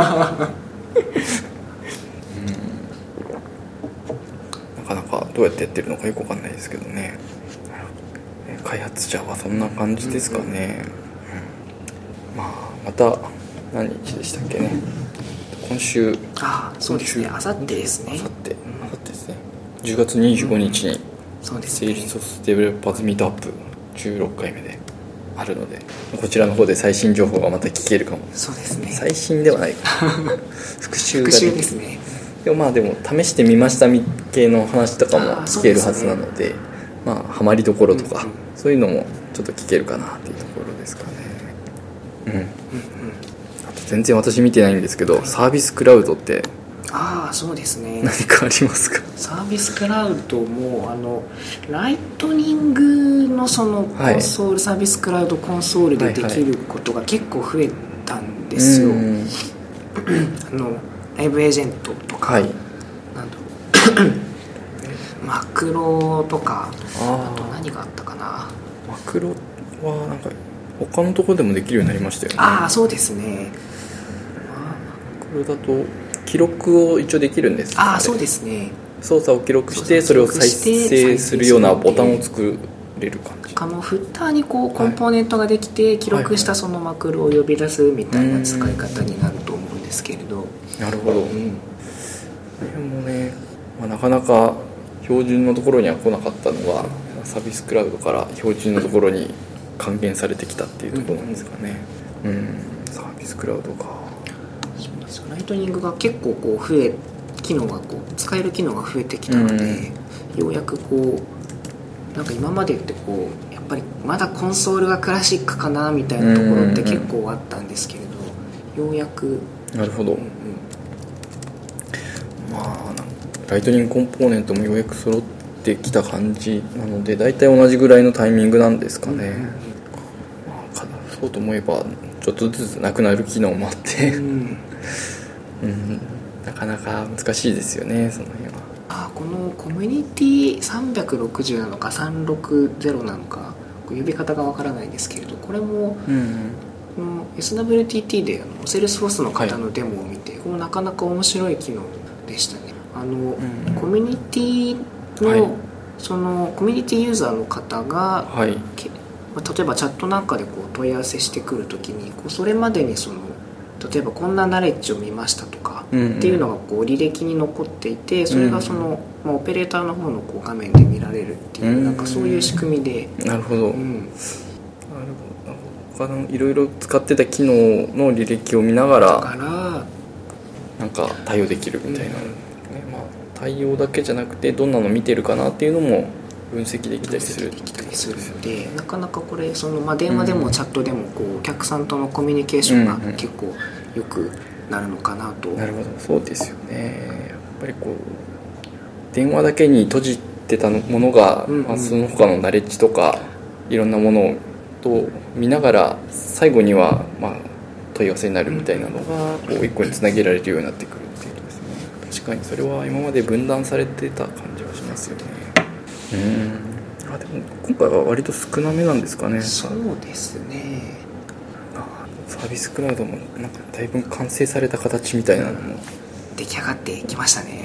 うん、なかなかどうやってやってるのかよくわかんないですけどね。開発者はそんな感じですかね。うん、まあまた何日でしたっけね。今週、 ああ、そうですね、あさってですね。 あさって、あさってですね。じゅうがつにじゅうごにちに、うん、 そうですね、 セールスソースデベロッパーズミートアップじゅうろっかいめであるので、こちらの方で最新情報がまた聞けるかも。 そうですね。 最新ではないか復習ができる。 復習ですね。 でもまあでも試してみました系の話とかも聞けるはずなの で, で、ね、まあハマりどころとか、うんうん、そういうのもちょっと聞けるかなっていうところですかね。うん、うんうん、あと全然私見てないんですけど、サービスクラウドってああ、そうですね、 何かありますか？ サービスクラウドもあのライトニングのそのコンソール、はい、サービスクラウドコンソールでできることが結構増えたんですよ。はいはい、あのライブエージェントとか、はい、なんだろうマクロとか、 あ, あと何があったかな。 マクロはなんか他のところでもできるようになりましたよね。 ああ、そうですね。 マクロだと記録を一応できるんですか？ ああ、そうですね。 操作を記録してそれを再生するようなボタンを作れる感じ。 あのフッターにこうコンポーネントができて、はい、記録したそのマクロを呼び出すみたいな使い方になると思うんですけれど。 なるほど。うん、でもね、まあ、なかなか標準のところには来なかったのがサービスクラウドから標準のところに還元されてきたっていうところなんですかね。うん、うん、サービスクラウドか。 そうですよ。ライトニングが結構こう増え機能がこう使える機能が増えてきたので、うん、ようやくこうなんか今までってこうやっぱりまだコンソールがクラシックかなみたいなところって結構あったんですけれど、ようやく。 なるほど。うん、まあライトニングコンポーネントもようやく揃ってきた感じなので、だいたい同じぐらいのタイミングなんですかね。うん、まあ、そうと思えばちょっとずつなくなる機能もあって、うんうん、なかなか難しいですよね、その辺は。 あ、このコミュニティさんびゃくろくじゅうなのかさんびゃくろくじゅうなのか呼び方がわからないんですけれど、これも、うん、この エスダブリューティーティー であのセールスフォースの方のデモを見て、はい、これなかなか面白い機能でしたね。あの、うん、コミュニティの、はい、そのコミュニティユーザーの方が、はい、例えばチャットなんかでこう問い合わせしてくるときにこうそれまでにその例えばこんなナレッジを見ましたとか、うんうん、っていうのがこう履歴に残っていて、それがその、まあ、オペレーターの方のこう画面で見られるっていう、うん、なんかそういう仕組みで。 なるほど、うん、なるほど。他のいろいろ使ってた機能の履歴を見ながらだからなんか対応できるみたいな、うん、ね、まあ、対応だけじゃなくてどんなの見てるかなっていうのも分析できたりするできたりするので、なかなかこれその、まあ、電話でもチャットでもこうお客さんとのコミュニケーションが結構よくなるのかなと、 うんうん、なるほど、そうですよね。やっぱりこう電話だけに閉じてたものが、うんうん、まあ、その他のナレッジとかいろんなものと見ながら最後にはまあ問い合わせになるみたいなのがこう一個につなげられるようになってくるっていうことですね。確かにそれは今まで分断されてた感じはしますよね。うん、あでも今回は割と少なめなんですかね。 そうですね。 サービスクラウドもなんかだいぶ完成された形みたいなのも出来上がってきましたね。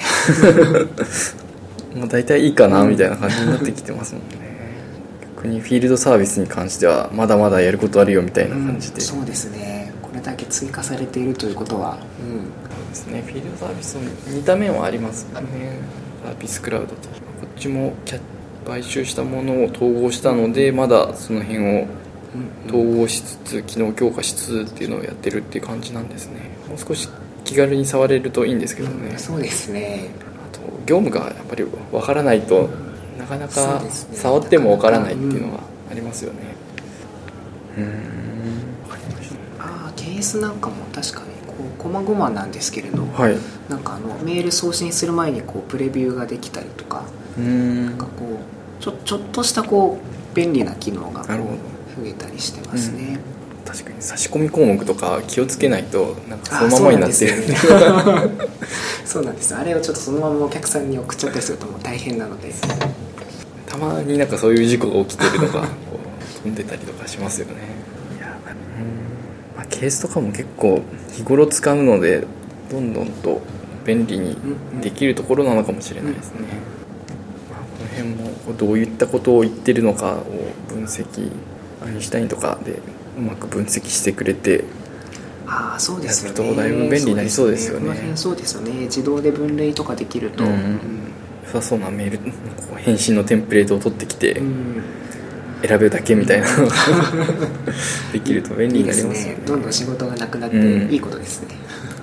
もう大体いいかなみたいな感じになってきてますもんね。逆にフィールドサービスに関してはまだまだやることあるよみたいな感じで、 うん、そうですね。これだけ追加されているということは、 うん、そうですね。フィールドサービスの似た面はありますよね。サービスクラウドとこっちもキャ買収したものを統合したので、まだその辺を統合しつつ機能強化しつつっていうのをやってるっていう感じなんですね。もう少し気軽に触れるといいんですけどね、 うん、そうですね。 あと業務がやっぱり分からないとなかなか触っても分からないっていうのがありますよね。うーん、分かりました。 ああ、ケースなんかも確かにこう細々なんですけれど、 はい、 なんかあのメール送信する前にこうプレビューができたりとか、 うーん、 なんかこうちょ、ちょっとしたこう便利な機能が増えたりしてますね。 うん、確かに差し込み項目とか気をつけないとなんかそのままになってる。 そうなんです。あれをちょっとそのままお客さんに送っちゃったりするともう大変なので、 たまになんかそういう事故が起きてるのがこう飛んでたりとかしますよね。いや、うん、まあ、ケースとかも結構日頃使うのでどんどんと便利にできるところなのかもしれないですね。まあ、この辺もどういったことを言ってるのかを分析、アインシュタインとかでうまく分析してくれて、 ああ、そうですよね。 やるとだいぶ便利になりそうですよね。 この辺そうですよね。自動で分類とかできると、 うんうん、良さそうなメール返信のテンプレートを取ってきて、うん、選べるだけみたいなのができると便利になりますよね。いいですね。 どんどん仕事がなくなっていいことですね。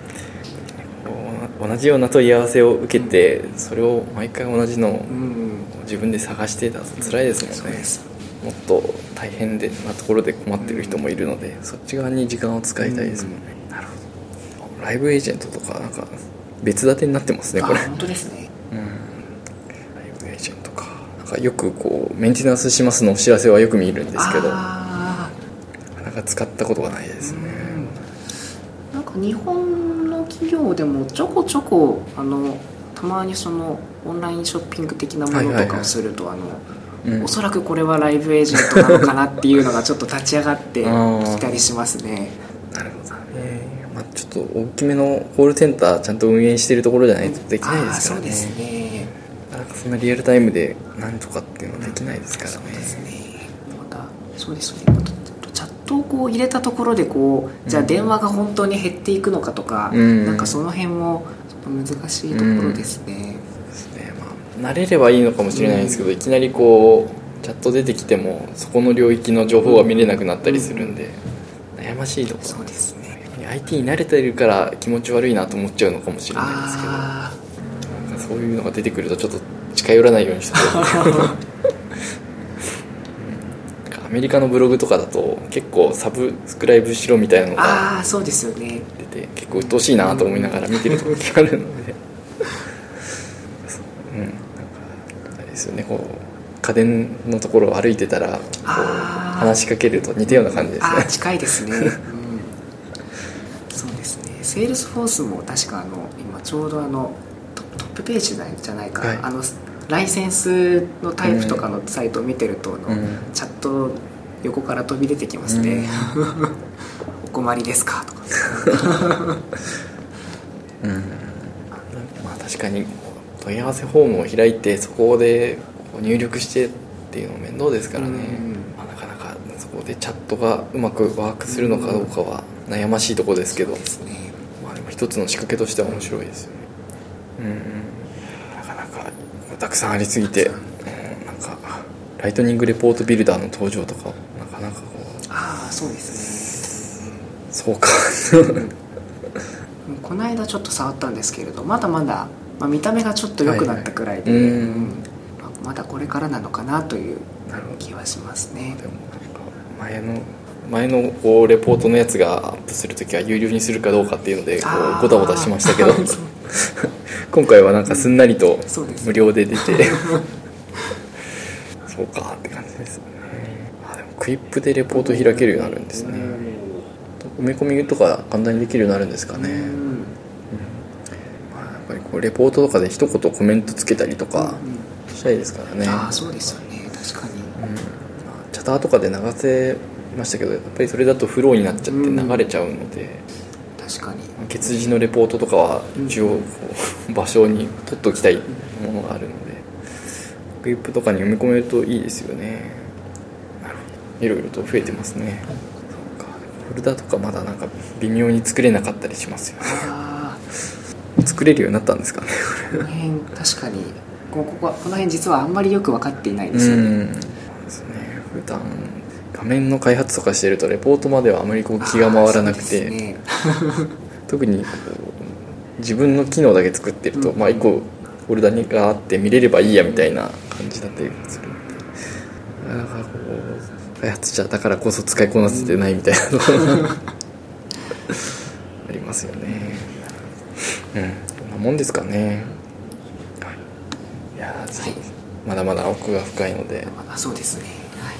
うん、同じような問い合わせを受けて、うん、それを毎回同じのを自分で探してたら辛いですもんね。そうです。もっと大変でなところで困ってる人もいるので、うん、そっち側に時間を使いたいですもんね。うん、なるほど。ライブエージェントとかなんか別立てになってますね、これ。 本当ですね。 うん、ライブエージェントか。なんかよくこうメンテナンスしますのお知らせはよく見るんですけど、なかなか使ったことがないですね。 うん、なんか日本の企業でもちょこちょこあのたまにそのオンラインショッピング的なものとかをすると、はいはいはい、あのうん、おそらくこれはライブエージェントなのかなっていうのがちょっと立ち上がってきたりしますね。 なるほどね。まあ、ちょっと大きめのコールセンターちゃんと運営しているところじゃないとできないですからね。 あ、そうですね。 なんかそんなリアルタイムで何とかっていうのはできないですからね。 そうですね。またそうですね。またチャットをこう入れたところでこうじゃあ電話が本当に減っていくのかとか、うん、なんかその辺もちょっと難しいところですね。うん慣れればいいのかもしれないんですけど、うん、いきなりこうチャット出てきてもそこの領域の情報が見れなくなったりするんで、うん、悩ましいところ。 そうですね。 アイティー に慣れているから気持ち悪いなと思っちゃうのかもしれないですけど、なんかそういうのが出てくるとちょっと近寄らないようにしてアメリカのブログとかだと結構サブスクライブしろみたいなのがあそうですよね出て結構鬱陶しいなと思いながら見てる時があるのでうん、なんかあれですよね、こう家電のところを歩いてたらこう話しかけると似たような感じですね。 あ近いですね、うん、そうですね。セールスフォースも確かあの今ちょうどあの ト, トップページじゃないか、はい、あのライセンスのタイプとかのサイトを見てると、うん、のチャット横から飛び出てきますね、うん、お困りですかとかうん、 まあ確かに問い合わせフォームを開いてそこで入力してっていうのも面倒ですからね、うんまあ、なかなかそこでチャットがうまくワークするのかどうかは悩ましいところですけど、うんですね、まあ、でも一つの仕掛けとしては面白いですよね、うん、なかなかたくさんありすぎて、うん、なんかライトニングレポートビルダーの登場とかなかなかこうああそうですねそうかこの間ちょっと触ったんですけれどまだまだまあ、見た目がちょっと良くなったくらいで、はいはい、うんまあ、 まだこれからなのかなという気はしますね。 でもなんか前の前のこうレポートのやつがアップするときは有料にするかどうかっていうのでこうゴタゴタしましたけど今回はなんかすんなりと無料で出てそうかって感じですね。あでもクイップでレポート開けるようになるんですね。埋め込みとか簡単にできるようになるんですかね。うん、まあ、やっぱりこうレポートとかで一言コメントつけたりとかしたいですからね。 ああそうですよね、確かに、 うん、チャターとかで流せましたけどやっぱりそれだとフローになっちゃって流れちゃうので、 うん、確かに欠字のレポートとかは一応場所に取っておきたいものがあるのでクイップとかに読み込めるといいですよね。なるほど、いろいろと増えてますね。そうか、フォルダとかまだなんか微妙に作れなかったりしますよね。 あ作れるようになったんですかねこの辺確かにこここの辺実はあんまりよく分かっていないですよね。 うんですね。普段画面の開発とかしてるとレポートまではあまりこう気が回らなくて、ね、特にこう自分の機能だけ作ってると、うん、まあいっこフォルダがあって見れればいいやみたいな感じだったりするので、なかなかこう開発者だからこそ使いこなせてないみたいなところがありますよね。うん、こんなもんですかね。いや、はい、まだまだ奥が深いので、 あ、そうですね、はい、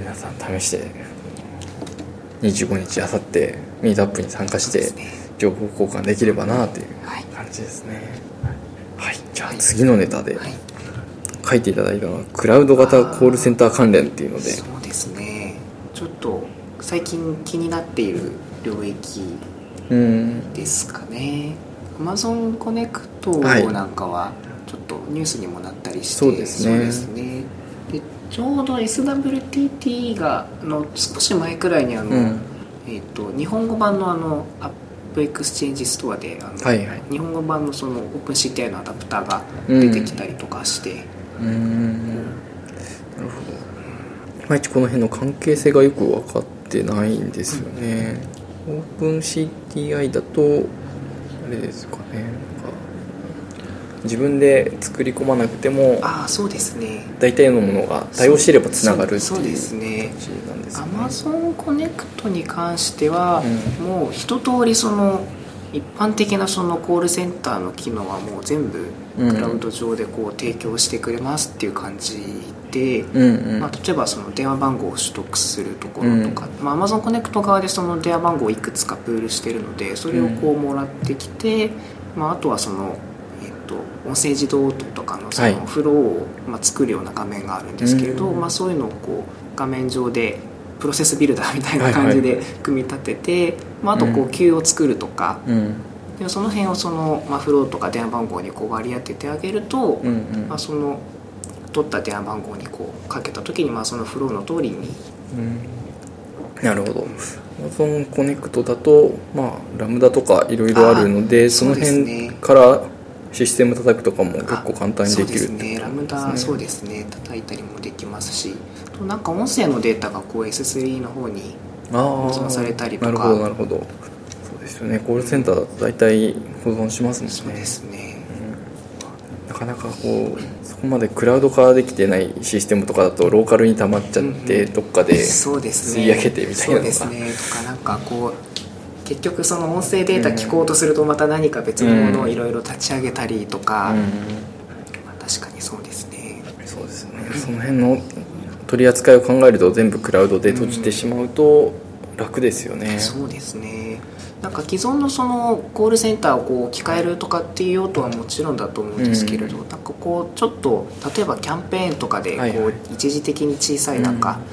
皆さん試してにじゅうごにちあさってミートアップに参加して情報交換できればなという感じですね。はい、はい、じゃあ次のネタで書いていただいたのはクラウド型コールセンター関連っていうので、 そうですね、ちょっと最近気になっている領域ですかね。 Amazon コネクトなんかはちょっとニュースにもなったりして、 そうですね、 そうですね。でちょうど エスダブリューティーティー がの少し前くらいにあの、うん、えー、と日本語版のあのアップエクスチェンジストアであの、はいはい、日本語版のそのオープン シーティーアイ のアダプターが出てきたりとかして、うん、うーん、なるほど。いまいちこの辺の関係性がよく分かってないんですよね。うん、オープン シーティーアイ だとあれですかね、自分で作り込まなくても、 ああそうですね、 大体のものが対応していればつながるっていう感じなんですね。 ですね。 Amazon コネクトに関しては、うん、もう一通りその一般的なそのコールセンターの機能はもう全部クラウド上でこう提供してくれますっていう感じで、うんうん、まあ、例えばその電話番号を取得するところとか、うん、まあ、Amazon コネクト側でその電話番号をいくつかプールしてるのでそれをこうもらってきて、うん、まあ、あとはその音声自動音とかのそのフローをまあ作るような画面があるんですけれど、はい、まあ、そういうのをこう画面上でプロセスビルダーみたいな感じで組み立てて、はいはい、まあ、あとこうキューを作るとか、うん、でその辺をその、まあ、フローとか電話番号にこう割り当ててあげると、うんうん、まあ、その取った電話番号にこうかけた時にまあそのフローの通りに、 うん、なるほど。Amazon コネクトだと、まあ、ラムダとかいろいろあるので、その辺からシステム叩くとかも結構簡単にできるってことですね。 ラムダ、そうですね、叩いたりもできますし、となんか音声のデータがこう エススリー の方に保存されたりとか。 なるほどなるほど、そうですよね。コールセンターだと大体保存しますもんね。 そうですね、 うん、なかなかこうそこまでクラウド化できてないシステムとかだとローカルに溜まっちゃって、うんうん、どっかで吸い上げてみたいなのが、 そうですね、とかなんかこう結局その音声データ聞こうとするとまた何か別のものをいろいろ立ち上げたりとか、うんうん、まあ、確かにそうですね。 そうですね、その辺の取り扱いを考えると全部クラウドで閉じてしまうと楽ですよね。 うん、そうですね。なんか既存のそのコールセンターをこう置き換えるとかっていう用途はもちろんだと思うんですけれど、うん、なんかこうちょっと例えばキャンペーンとかでこう一時的に小さいなんか、はいはい、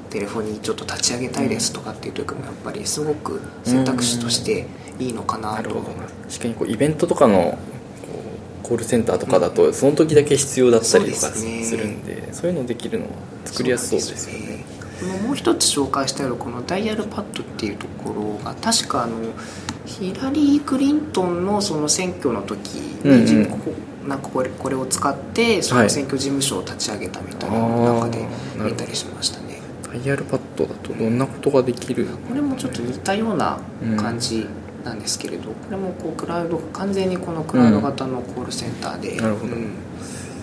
テレフォンにちょっと立ち上げたいですとかっていう時もやっぱりすごく選択肢としていいのかなと。なるほど。 確かにこうイベントとかのコールセンターとかだとその時だけ必要だったりとかするんで、うん、そうですね、そういうのできるのは作りやすそうですよね。 もう一つ紹介してあるこのダイヤルパッドっていうところが確かあのヒラリー・クリントンのその選挙の時に、うんうん、なんかこれ、これを使ってその選挙事務所を立ち上げたみたいな中で見たりしましたね。 ダイヤルパッドだとどんなことができる、ね、 これもちょっと似たような感じなんですけれど、うん、これもこうクラウド完全にこのクラウド型のコールセンターで、 うん、なるほど、うん、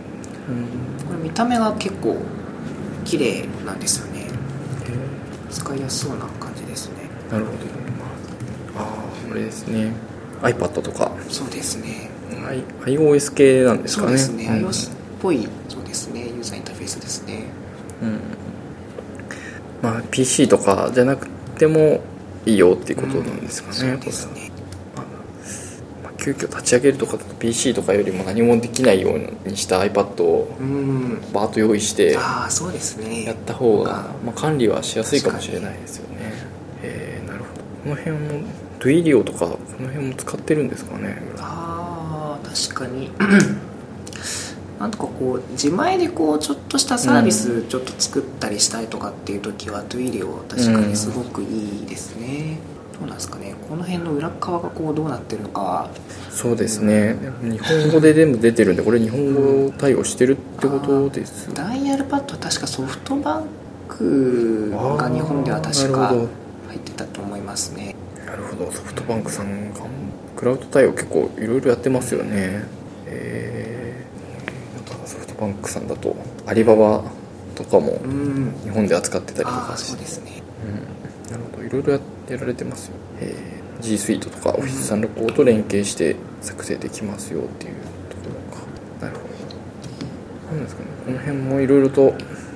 これ見た目が結構綺麗なんですよね。使いやすそうな感じですね。 なるほど。ああ、これですね。iPad とか。 そうですね。 I、iOS 系なんですかね。 そうですね。 うん、 iOS っぽい、そうですね。ユーザーインターフェースですね。 うん。まあ ピーシー とかじゃなくてもいいよっていうことなんですかね。 うん、そうですね。 まあ、急遽立ち上げるとかだと ピーシー とかよりも何もできないようにした iPad をバーッと用意してああ、そうですね。 やった方が、まあ、管理はしやすいかもしれないですよね。えー、なるほど。この辺もドゥイリオとかこの辺も使ってるんですかね。 ああ、確かになんとかこう自前でこうちょっとしたサービスちょっと作ったりしたいとかっていう時はドゥイリオ確かにすごくいいですね。どうなんですかね、この辺の裏側がこうどうなってるのかは。 そうですね、日本語で全部出てるんでこれ日本語対応してるってことです、 うん、ダイヤルパッドは確かソフトバンクが日本では確か入ってたと思いますね。 なるほど、ソフトバンクさんがクラウド対応結構いろいろやってますよね。えー、ソフトバンクさんだとアリババとかも日本で扱ってたりとかして、 そうですね、 うん、なるほど、いろいろ や, やられてますよ。えー、G Suite とか オフィスさんろくごと連携して作成できますよっていうところか。なるほど。なんですかね、この辺もいろいろと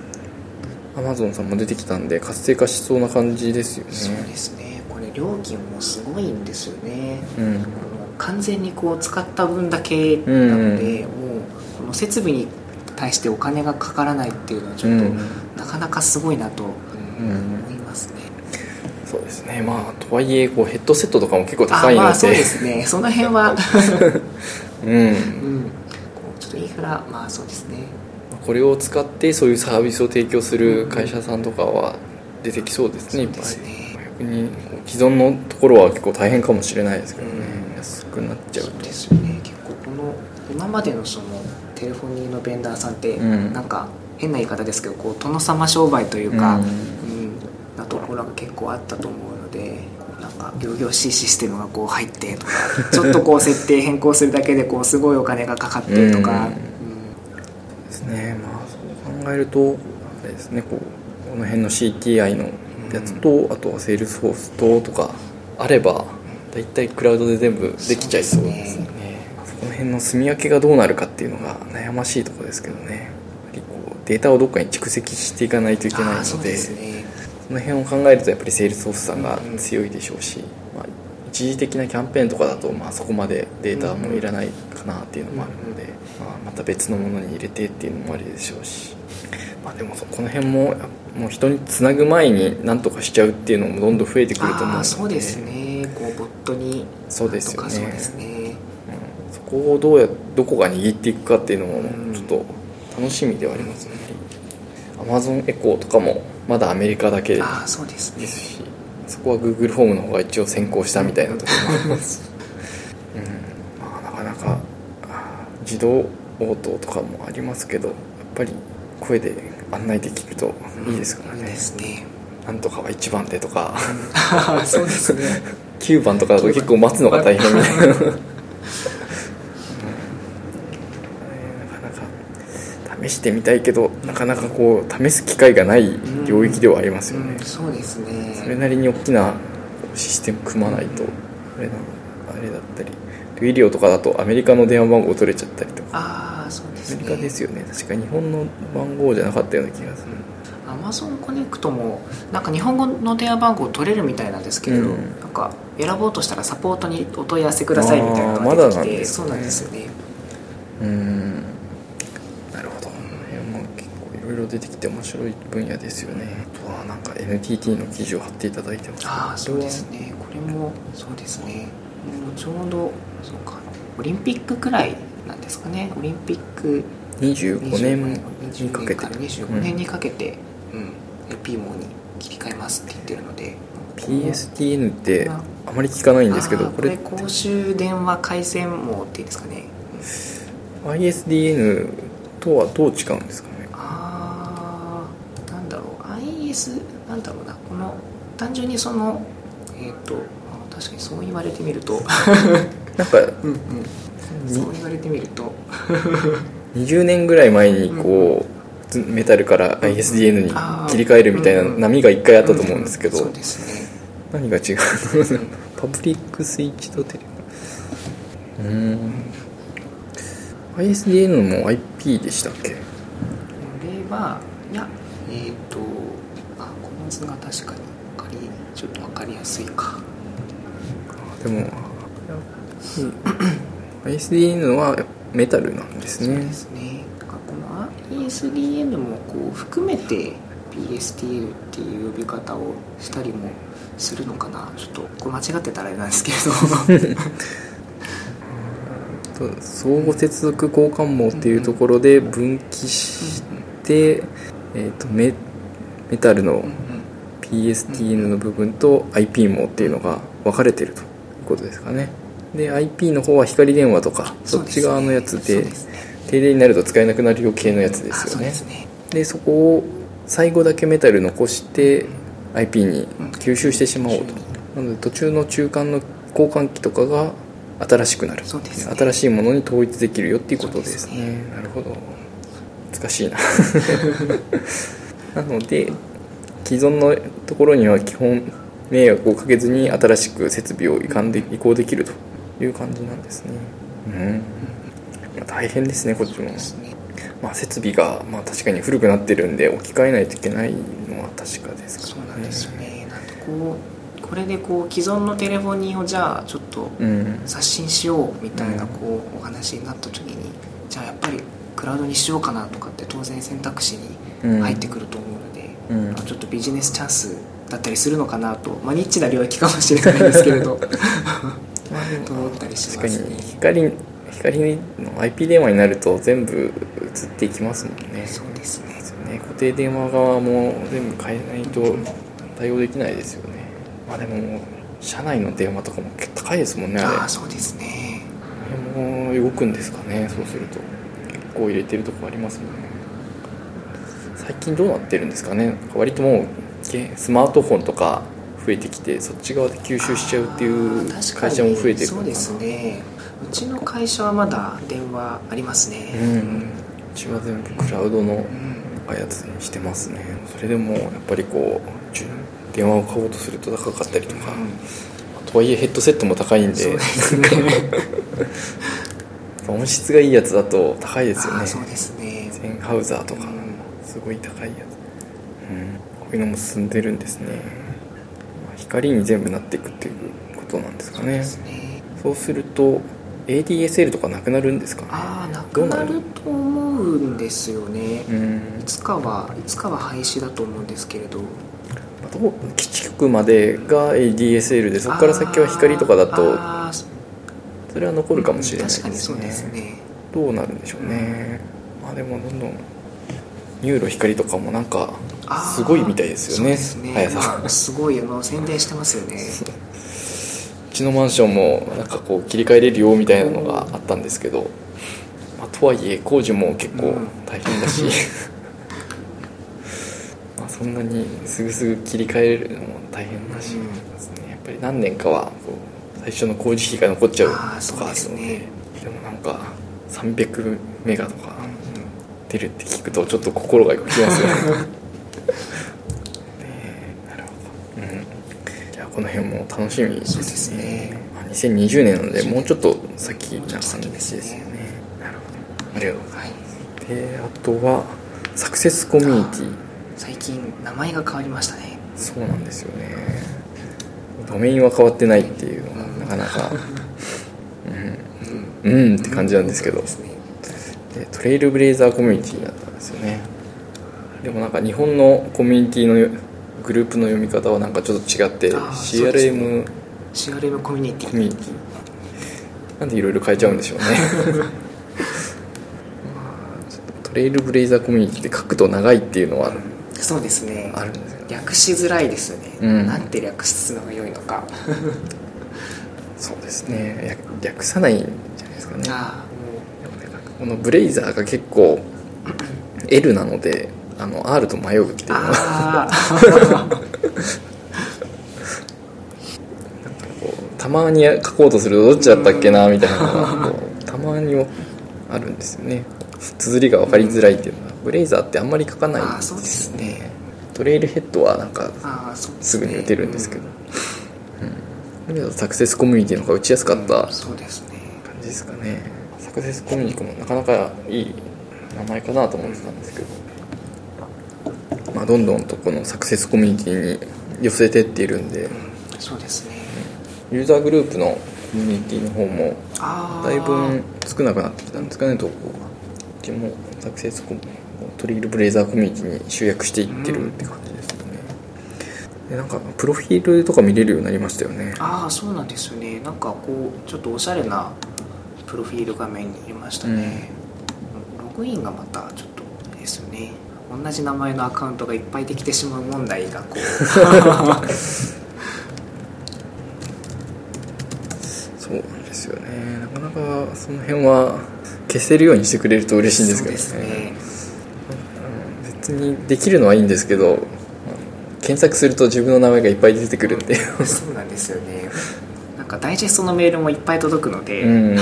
Amazon さんも出てきたんで活性化しそうな感じですよね。 そうですね、これ料金もすごいんですよね、 うん、 この完全にこう使った分だけなので、うん、もうこの設備に対してお金がかからないっていうのはちょっと、うん、なかなかすごいなと、うんうん、思いますね。 そうですね、まあとはいえこうヘッドセットとかも結構高いので、あ、まあそうですね、その辺はうん、うん、 ちょっとインフラ、まあそうですね、 これを使ってそういうサービスを提供する会社さんとかは出てきそうですね、いっぱい。逆に既存のところは結構大変かもしれないですけどね、うん、安くなっちゃうと。 そうですよね、結構この今までのそのテレフォニーのベンダーさんって、うん、なんか変な言い方ですけどこう殿様商売というか、うんうん、なところが結構あったと思うので、なんか仰々しいシステムがこう入ってとかちょっとこう設定変更するだけでこうすごいお金がかかってとか、うんうん、 ですね。まあそう考えるとあれですね、こうこの辺の シーティーアイ のやつと、うん、あとはセールスフォースととかあればだいたいクラウドで全部できちゃいそうですね。この辺の住み分けがどうなるかっていうのが悩ましいところですけどね。やっぱりこうデータをどっかに蓄積していかないといけないので、そで、ね、その辺を考えるとやっぱりセールスフォースさんが強いでしょうし、うん、まあ、一時的なキャンペーンとかだとまあそこまでデータもいらないかなっていうのもあるので、まあ、また別のものに入れてっていうのもありでしょうし、まあ、でもこの辺ももう人につなぐ前に何とかしちゃうっていうのもどんどん増えてくると思うので、あ、 そうですね、こうボットにそうですよね、 そうですね、 うん、そこをどうやどこが握っていくかっていうのもちょっと楽しみではありますね。アマゾンエコーとかもまだアメリカだけですし、 あ、そうですね、 そこは Google ホームの方が一応先行したみたいなところもあります、うん、まあ、なかなか自動応答とかもありますけど、やっぱり声で案内できるといいですからね、うん、いいですね。なんとかはいちばんでとかそうですねきゅうばんとかだと結構待つのが大変みたいな、うん、なかなか試してみたいけどなかなかこう試す機会がない領域ではありますよね、 うんうん、そうですね。 それなりに大きなシステム組まないとあれなあれだったり、医療とかだとアメリカの電話番号取れちゃったりとか、 あ、そうですね、 アメリカですよね、確か日本の番号じゃなかったような気がする。 アマゾンコネクトもなんか日本語の電話番号取れるみたいなんですけれど、うん、なんか選ぼうとしたらサポートにお問い合わせくださいみたいなのが出てきて、まだなんですね、そうなんですよね。 うーん、なるほど、もう結構いろいろ出てきて面白い分野ですよね。あとはなんか エヌティーティー の記事を貼っていただいてます。 ああ、そうですね、これもそうですね、もうちょうどそうかオリンピックくらいなんですかね。オリンピックにじゅうごねんにかけてにじゅうごねんにかけて、うん、エルピー モーに切り替えますって言ってるので、 ピーエスティーエヌ ってあまり聞かないんですけど、 これ公衆電話回線網っていうんですかね、 うん、アイエスディーエヌ とはどう違うんですかね。 ああ、なんだろう、 アイエス なんだろうな、この単純にそのえっ、ー、と確かにそう言われてみるとなんか、 うんうん、そう言われてみるとにじゅうねんぐらい前にこう、うん、メタルから アイエスディーエヌ に切り替えるみたいな波がいっかいあったと思うんですけど、 そうですね、 何が違うのパブリックスイッチとテレビ、うーん アイエスディーエヌ も アイピー でしたっけ？ これはいやえっ、ー、とあこの図が確かに分かりちょっと分かりやすいか。 でもアイエスディーエヌ はメタルなんですね。 そうですね。この アイエスディーエヌ もこう含めて ピーエスティーエル っていう呼び方をしたりもするのかな。ちょっとこれ間違ってたらあれなんですけれど相互接続交換網っていうところで分岐して、えー、と メ, メタルの ピーエスティーエヌ の部分と アイピー 網っていうのが分かれてるということですかね。で アイピー の方は光電話とかそっち側のやつ で, で、ね、停電になると使えなくなるよ系のやつですよね。 そ, ねでそこを最後だけメタル残して アイピー に吸収してしまおうと、うん、なので途中の中間の交換機とかが新しくなる、そうです、ね、新しいものに統一できるよっていうことですね。ですね、なるほど、難しいななので既存のところには基本迷惑をかけずに新しく設備を移管で移行できるという感じなんですね。うん、まあ、大変ですねこっちも。まあ、設備がまあ確かに古くなってるんで置き換えないといけないのは確かですからね。 そうなんですよね。なんかこうこれでこう既存のテレフォニーをじゃあちょっと刷新しようみたいなこうお話になった時に、じゃあやっぱりクラウドにしようかなとかって当然選択肢に入ってくると思うので、うん、ちょっとビジネスチャンスだったりするのかなと、まあ、ニッチな領域かもしれないですけれどと思ったりしますね。 確かに光光の アイピー 電話になると全部移っていきますもんね。 そうですね。 固定電話側も全部変えないと対応できないですよね。まあでも社内の電話とかも結構高いですもんね。あれ、 ああそうですね。 あれも動くんですかね。そうすると結構入れてるとこありますもんね。最近どうなってるんですかね。割ともうスマートフォンとか増えてきてそっち側で吸収しちゃうっていう会社も増えてるのかな。 そうですね。うちの会社はまだ電話ありますね。 うん、うちは全部クラウドのやつにしてますね。それでもやっぱりこう電話を買おうとすると高かったりとか、うん、とはいえヘッドセットも高いんで、そうですね音質がいいやつだと高いですよね。 あ、そうですね。 ゼンハウザーとかすごい高いやつ、うん、こういうのも進んでるんですね。光に全部なっていくっていうことなんですかね。そうですね。そうすると エーディーエスエル とかなくなるんですかね。 ああ、なくなると思うんですよね。うん、いつかはいつかは廃止だと思うんですけれど、 基地局までが エーディーエスエル でそこから先は光とかだとそれは残るかもしれないですね。 うん、確かにそうですね。 どうなるんでしょうね。まあでもどんどんニューロ光とかもなんかすごいみたいですよね。 そうですね。速さ、まあ、すごいあの宣伝してますよねうちのマンションもなんかこう切り替えれるよみたいなのがあったんですけど、まあ、とはいえ工事も結構大変だし、うんまあそんなにすぐすぐ切り替えるのも大変だし、うん、ですね、やっぱり何年かはこう最初の工事費が残っちゃうとかあるの で, で, ね、でもなんかさんびゃくメガとか出るって聞くとちょっと心が動きますよねこの辺も楽しみですね。そうですね。にせんにじゅうねんなのでもうちょっと先な感じですよね。なるほど。ありがとうございます。で、あとはサクセスコミュニティ。 最近名前が変わりましたね。 そうなんですよね。ドメインは変わってないっていうのがなかなかうん、うん、うんって感じなんですけど、でトレイルブレイザーコミュニティだったんですよね。でもなんか日本のコミュニティのグループの読み方はなんかちょっと違って シーアールエムシーアールエム コミュニティコミュニティなんでいろいろ変えちゃうんでしょうねまあ、トレイルブレイザーコミュニティって書くと長いっていうのはそうですね、 あるんですよ。 略しづらいですよね、うん、なんて略すのが良いのかそうですね、略さないんじゃないですかね。あこのブレイザーが結構 L なのであの R と迷うっていうのはなんかこうたまに書こうとするとどっちだったっけなみたいなのがこうたまにあるんですよね。 綴りが分かりづらいっていうのは、ブレイザーってあんまり書かないんですよね。 あ、そうですね。 トレイルヘッドはなんかあ、そうですすね、 ぐに打てるんですけど、うんうん、サクセスコミュニティの方が打ちやすかった感そうですね、 じですかね。サクセスコミュニティもなかなかいい名前かなと思ってたんですけど、まあ、どんどんとこのサクセスコミュニティに寄せてっているんで、 うん、そうですね、 ユーザーグループのコミュニティの方もあだいぶ少なくなってきたんですかね、投稿が。うちもサクセスコトレイルブレイザーコミュニティに集約していってるって感じですよね、うん、でなんかプロフィールとか見れるようになりましたよね。 ああ、そうなんですよね。なんかこうちょっとおしゃれなプロフィール画面にいましたね、うん、ログインがまたちょっとですよね。同じ名前のアカウントがいっぱいできてしまう問題がこうそうなんですよね。なかなかその辺は消せるようにしてくれると嬉しいんですけどね。 そうですね、 別にできるのはいいんですけど、検索すると自分の名前がいっぱい出てくるんでそうなんですよね。なんかダイジェストのメールもいっぱい届くので、 うん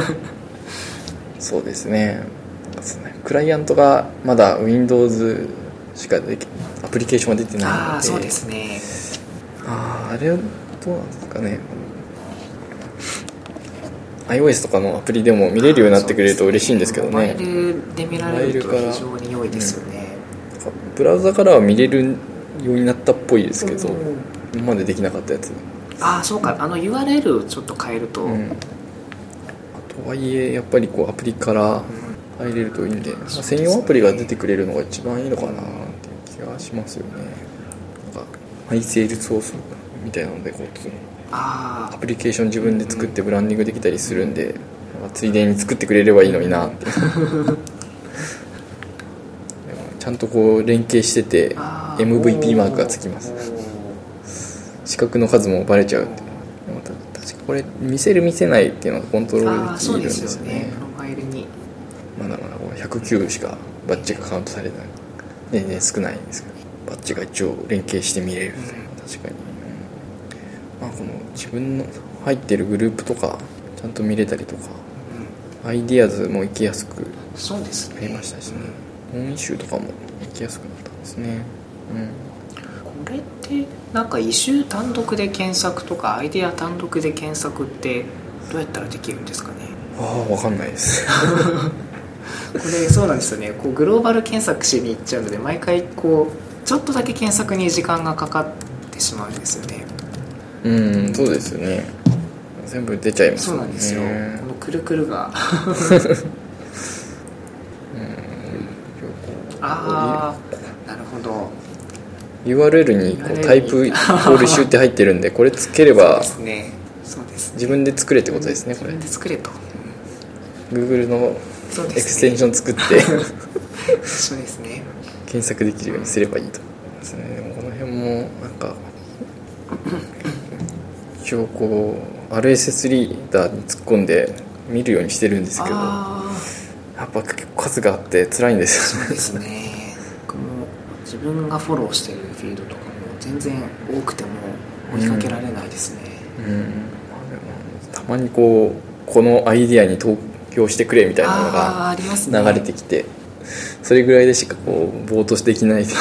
そうですね。クライアントがまだ Windows しかできアプリケーションが出てないので、 ああ、そうですね。 ああ、あれはどうなんですかね。iOS とかのアプリでも見れるようになってくれると嬉しいんですけどね。 モバイルで見られると非常に良いですよね、 うん、ブラウザからは見れるようになったっぽいですけど、今までできなかったやつ。 ああ、そうか、あの ユーアールエル をちょっと変えると、うん、 とはいえやっぱりこうアプリから入れるといいんで、うん、まあ、専用アプリが出てくれるのが一番いいのかなっていう気がしますよね。なんかハイセールソースみたいなのでこうあアプリケーション自分で作ってブランディングできたりするんで、うん、ついでに作ってくれればいいのになってでもちゃんとこう連携してて エムブイピー マークがつきます。四角の数もバレちゃうって。でも確かこれ見せる見せないっていうのがコントロールできるんですよね。 プロファイルにまだまだひゃくきゅうしかバッジがカウントされない、全然少ないんですけど、バッジが一応連携して見れるという、うん、確かに、うん、まあ、この自分の入ってるグループとかちゃんと見れたりとか、うん、アイディアズも行きやすくなりましたしね。本イシューとかも行きやすくなったんですね、うん、 これってなんかイシュー単独で検索とかアイデア単独で検索ってどうやったらできるんですかね。 ああ、分かんないですこれそうなんですよね。こうグローバル検索しに行っちゃうので、毎回こうちょっとだけ検索に時間がかかってしまうんですよね。 うん、そうですよね。全部出ちゃいますよね。 そうなんですよ。このくるくるがうん、ああ、なるほど。 ユーアールエル にこうタイプイコール集って入ってるんで、これつければそうですね。そうですね。自分で作れってことですね。これ自分で作れと Google のエクステンション作ってそうですね。 検索できるようにすればいいと思いますね。でもこの辺もなんか一応こう アールエスエス リーダーに突っ込んで見るようにしてるんですけど、やっぱ結構数があって辛いんですよ。 そうですね。僕も自分がフォローしてるフィードとかも全然多くても追いかけられないですね。うん、うん、まあ、でもたまにこうこのアイディアに投票してくれみたいなのが流れてきて、それぐらいでしかこうぼーっとできないっていう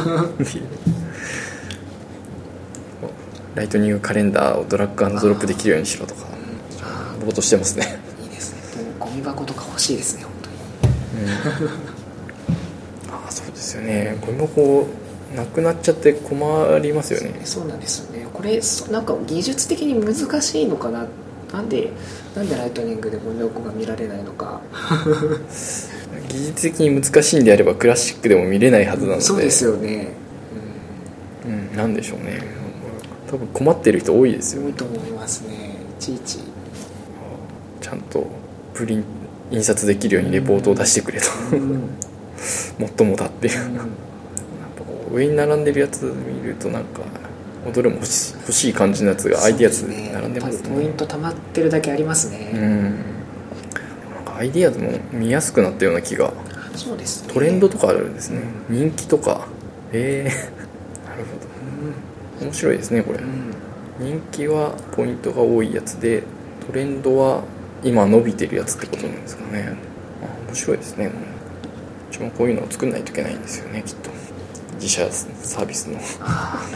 ライトニングカレンダーをドラッグ&ドロップできるようにしろとか、ぼーっとしてますね。 いいですね。ゴミ箱とか欲しいですね、本当に。うん、 ああ、そうですよね。ゴミ箱なくなっちゃって困りますよね。 そうなんですよね。これなんか技術的に難しいのかな。なんでなんでライトニングでゴミ箱が見られないのか。 技術的に難しいんであればクラシックでも見れないはずなので。 そうですよね。 うん、うん、なんでしょうね。多分困ってる人多いですよ。 多いと思いますね。いちいちちゃんとプリン印刷できるようにレポートを出してくれと、うん、もっともだっていう、うん、やっぱこう上に並んでるやつ見るとなんかどれも欲し欲しい感じのやつがアイディアズ並んでますね。 ポイント溜まってるだけありますね。うん、 なんかアイディアズも見やすくなったような気が。 そうですね。 トレンドとかあるんですね、うん、人気とか。えー、なるほど、うん、面白いですねこれ、うん、人気はポイントが多いやつで、トレンドは今伸びてるやつってことなんですかね。 面白いですね。もううちもこういうのを作んないといけないんですよね、きっと。自社サービスのあ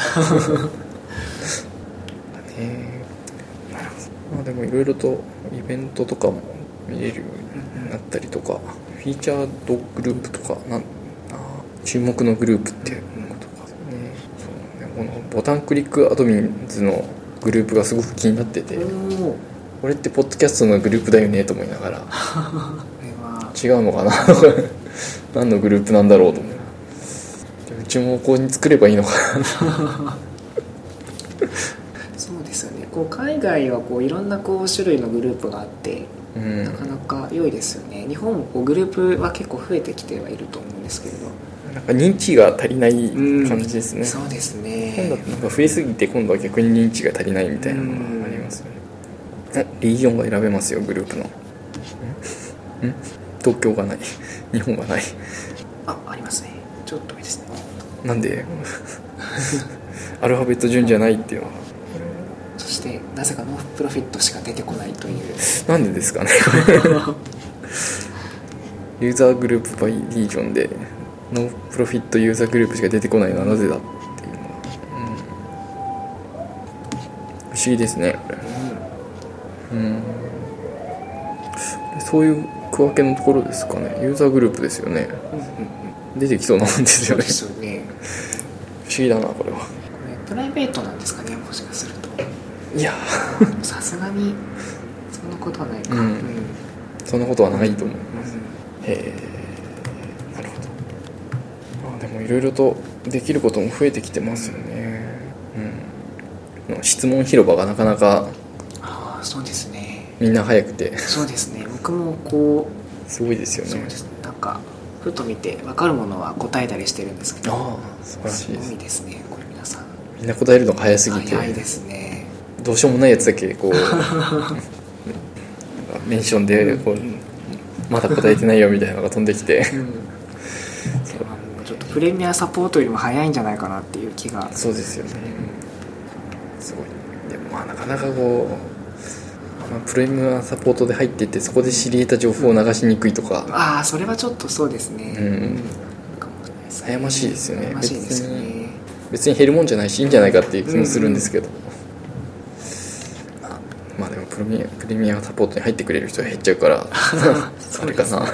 ね。なるほど。まあでもいろいろとイベントとかも見れるようになったりとか、フィーチャードグループとかなんあ注目のグループっていうことかね。そうね、このボタンクリックアドミンズのグループがすごく気になってて、 おこれってポッドキャストのグループだよねと思いながらこれは違うのかな何のグループなんだろうと思う。うちもここに作ればいいのかなそうですよね。こう海外はこういろんなこう種類のグループがあって、うん、なかなか良いですよね。日本もこうグループは結構増えてきてはいると思うんですけれど、 なんか認知が足りない感じですね、 うん、そうですね。 今度はなんか増えすぎて今度は逆に認知が足りないみたいなのがありますよね、うん、リージョンが選べますよ、グループの。んん東京がない、日本がない。 あ、ありますね。ちょっといいですね。 なんでアルファベット順じゃないっていうのは。 そしてなぜかノープロフィットしか出てこないという。 なんでですかねユーザーグループバイリージョンでノープロフィットユーザーグループしか出てこないのはなぜだっていうのは、うん、不思議ですねこれ、うん、そういう区分けのところですかね。ユーザーグループですよね、うんうんうん、出てきそうなもんですよね。 そうですよね。 不思議だなこれは。これプライベートなんですかね、もしかすると。 いやさすがにそんなことはないか、 うんうん、そんなことはないと思います、うん、へえ、なるほど。まあでもいろいろとできることも増えてきてますよね、うん、質問広場がなかなか、 ああそうですね、 みんな早くてそうですね、僕もこうすごいですよね。 そうです、なんかふと見て分かるものは答えたりしてるんですけど、 ああ素晴らしいです。 すごいですねこれ。皆さんみんな答えるのが早すぎて早いですね。 どうしようもないやつだけこうメンションでこうまだ答えてないよみたいなのが飛んできて、うん、 そうちょっとプレミアサポートよりも早いんじゃないかなっていう気が。 そうですよね、うん、すごい。でもまあなかなかこう、まあ、プレミアサポートで入っていってそこで知り得た情報を流しにくいとか、 うん、ああそれはちょっとそうですね、うんうん、 悩ましいですよね。 悩ましいですよね。 別に減るもんじゃないしいいんじゃないかっていう気もするんですけど、うんうん、まあでもプレミア、プレミアサポートに入ってくれる人が減っちゃうからあれかな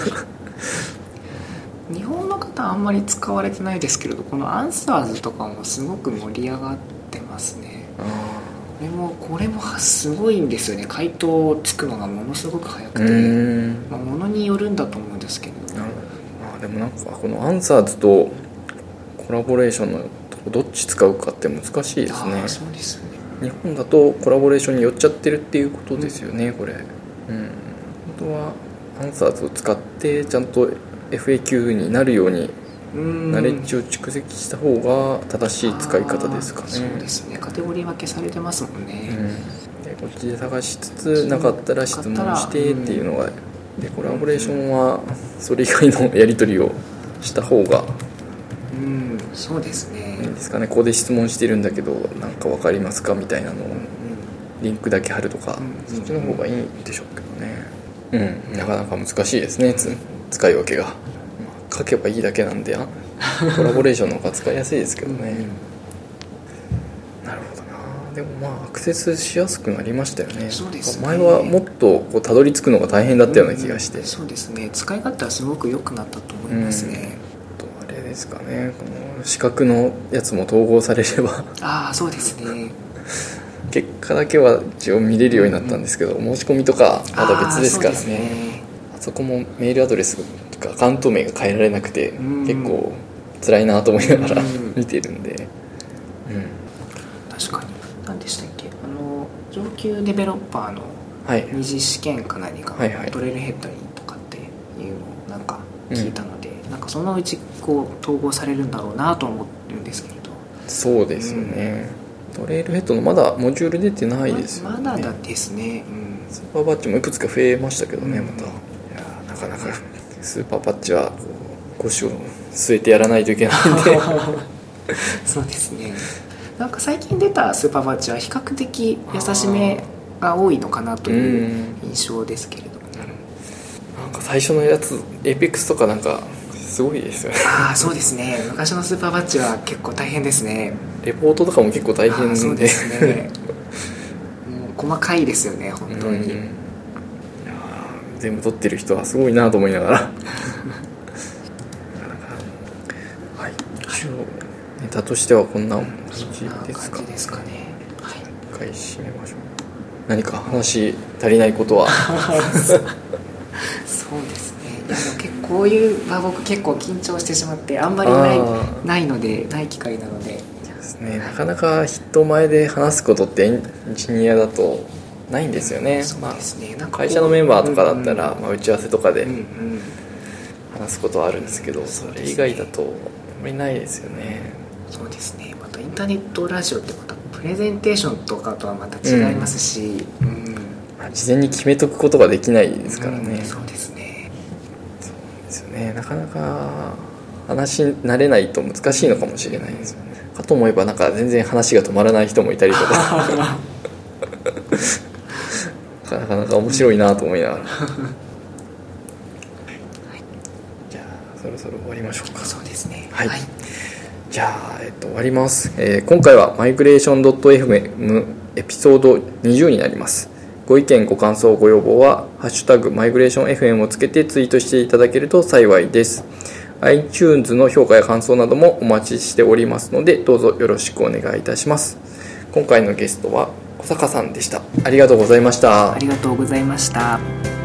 日本の方あんまり使われてないですけれど、このアンサーズとかもすごく盛り上がってますね。あこれもこれもすごいんですよね。回答つくのがものすごく早くて、まあ、ものによるんだと思うんですけど、 なるほど、まあ、でもなんかこのアンサーズとコラボレーションのどっち使うかって難しいですね。 あそうですよね。 日本だとコラボレーションに寄っちゃってるっていうことですよね、うん、これ、うん、本当はアンサーズを使ってちゃんと エフエーキュー になるようにナレッジを蓄積した方が正しい使い方ですかね。 そうですね、カテゴリー分けされてますもんね、うん、 でこっちで探しつつなかったら質問してっていうのが、でコラボレーションはそれ以外のやり取りをした方がうん、そうですね。 いいんですかね。ここで質問してるんだけどなんか分かりますかみたいなのをリンクだけ貼るとか、うん、そっちの方がいいんでしょうけどね。うん、なかなか難しいですね、つ使い分けが、まあ、書けばいいだけなんでコラボレーションの方が使いやすいですけどね、うん、なるほどな。でもまあアクセスしやすくなりましたよね。 そうですね。 前はもっとこうたどり着くのが大変だったような気がして、うんうん、 そうですね、使い勝手はすごく良くなったと思いますね、 うん、あれですかね、この資格のやつも統合されればああそうですね結果だけは一応見れるようになったんですけど、うん、申し込みとかまだ別ですから ね, あ, ねあそこもメールアドレスとかアカウント名が変えられなくて、うん、結構辛いなと思いながら、うん、見てるんで、うん、 確かに何でしたっけ、あの上級デベロッパーの二次試験か何か、はいはい、トレイルヘッドにとかっていうのをなんか聞いたので、うん、なんかそのうちこう統合されるんだろうなと思うんですけれど。 そうですよね、うん、トレイルヘッドのまだモジュール出てないですよね。 まだだですね、うん、 スーパーバッジもいくつか増えましたけどね、うん、またいやなかなかスーパーバッジは腰を据えてやらないといけないんでそうですね。なんか最近出たスーパーバッジは比較的優しめが多いのかなという印象ですけれども、 なんか最初のやつエイペックスとかなんかすごいですよね。 ああそうですね、昔のスーパーバッチは結構大変ですね。 レポートとかも結構大変で。 そうですねもう細かいですよね本当に、うん、いや全部撮ってる人はすごいなと思いながらはい、一応ネタとしてはこんな感じですか。 感じですかね。はい、 一回締めましょう。何か話足りないことはそうですね。いやでも結構こういう場僕結構緊張してしまってあんまりないないのでない機会なのでですね、なかなか人前で話すことってエンジニアだとないんですよね。 そうですね、 まあ、会社のメンバーとかだったら、うんうんまあ、打ち合わせとかでうんうん話すことはあるんですけど、うん、それ以外だとあんまりないですよね。 そうですね。またインターネットラジオってまたプレゼンテーションとかとはまた違いますし、うんうんまあ、事前に決めとくことができないですからね、 うん、そうですね。 そうですよね。なかなか話に慣れないと難しいのかもしれないですよね。かと思えばなんか全然話が止まらない人もいたりとかなかなか面白いなと思いながら、はい、じゃあそろそろ終わりましょうか。 そうですね。 はい、はい、じゃあ、えっと、終わります、えー、今回はマイグレーション .fm エピソードにじゅうになります。ご意見ご感想ご要望はハッシュタグマイグレーション エフエム をつけてツイートしていただけると幸いです。 iTunes の評価や感想などもお待ちしておりますのでどうぞよろしくお願いいたします。今回のゲストは小坂さんでした。ありがとうございました。 ありがとうございました。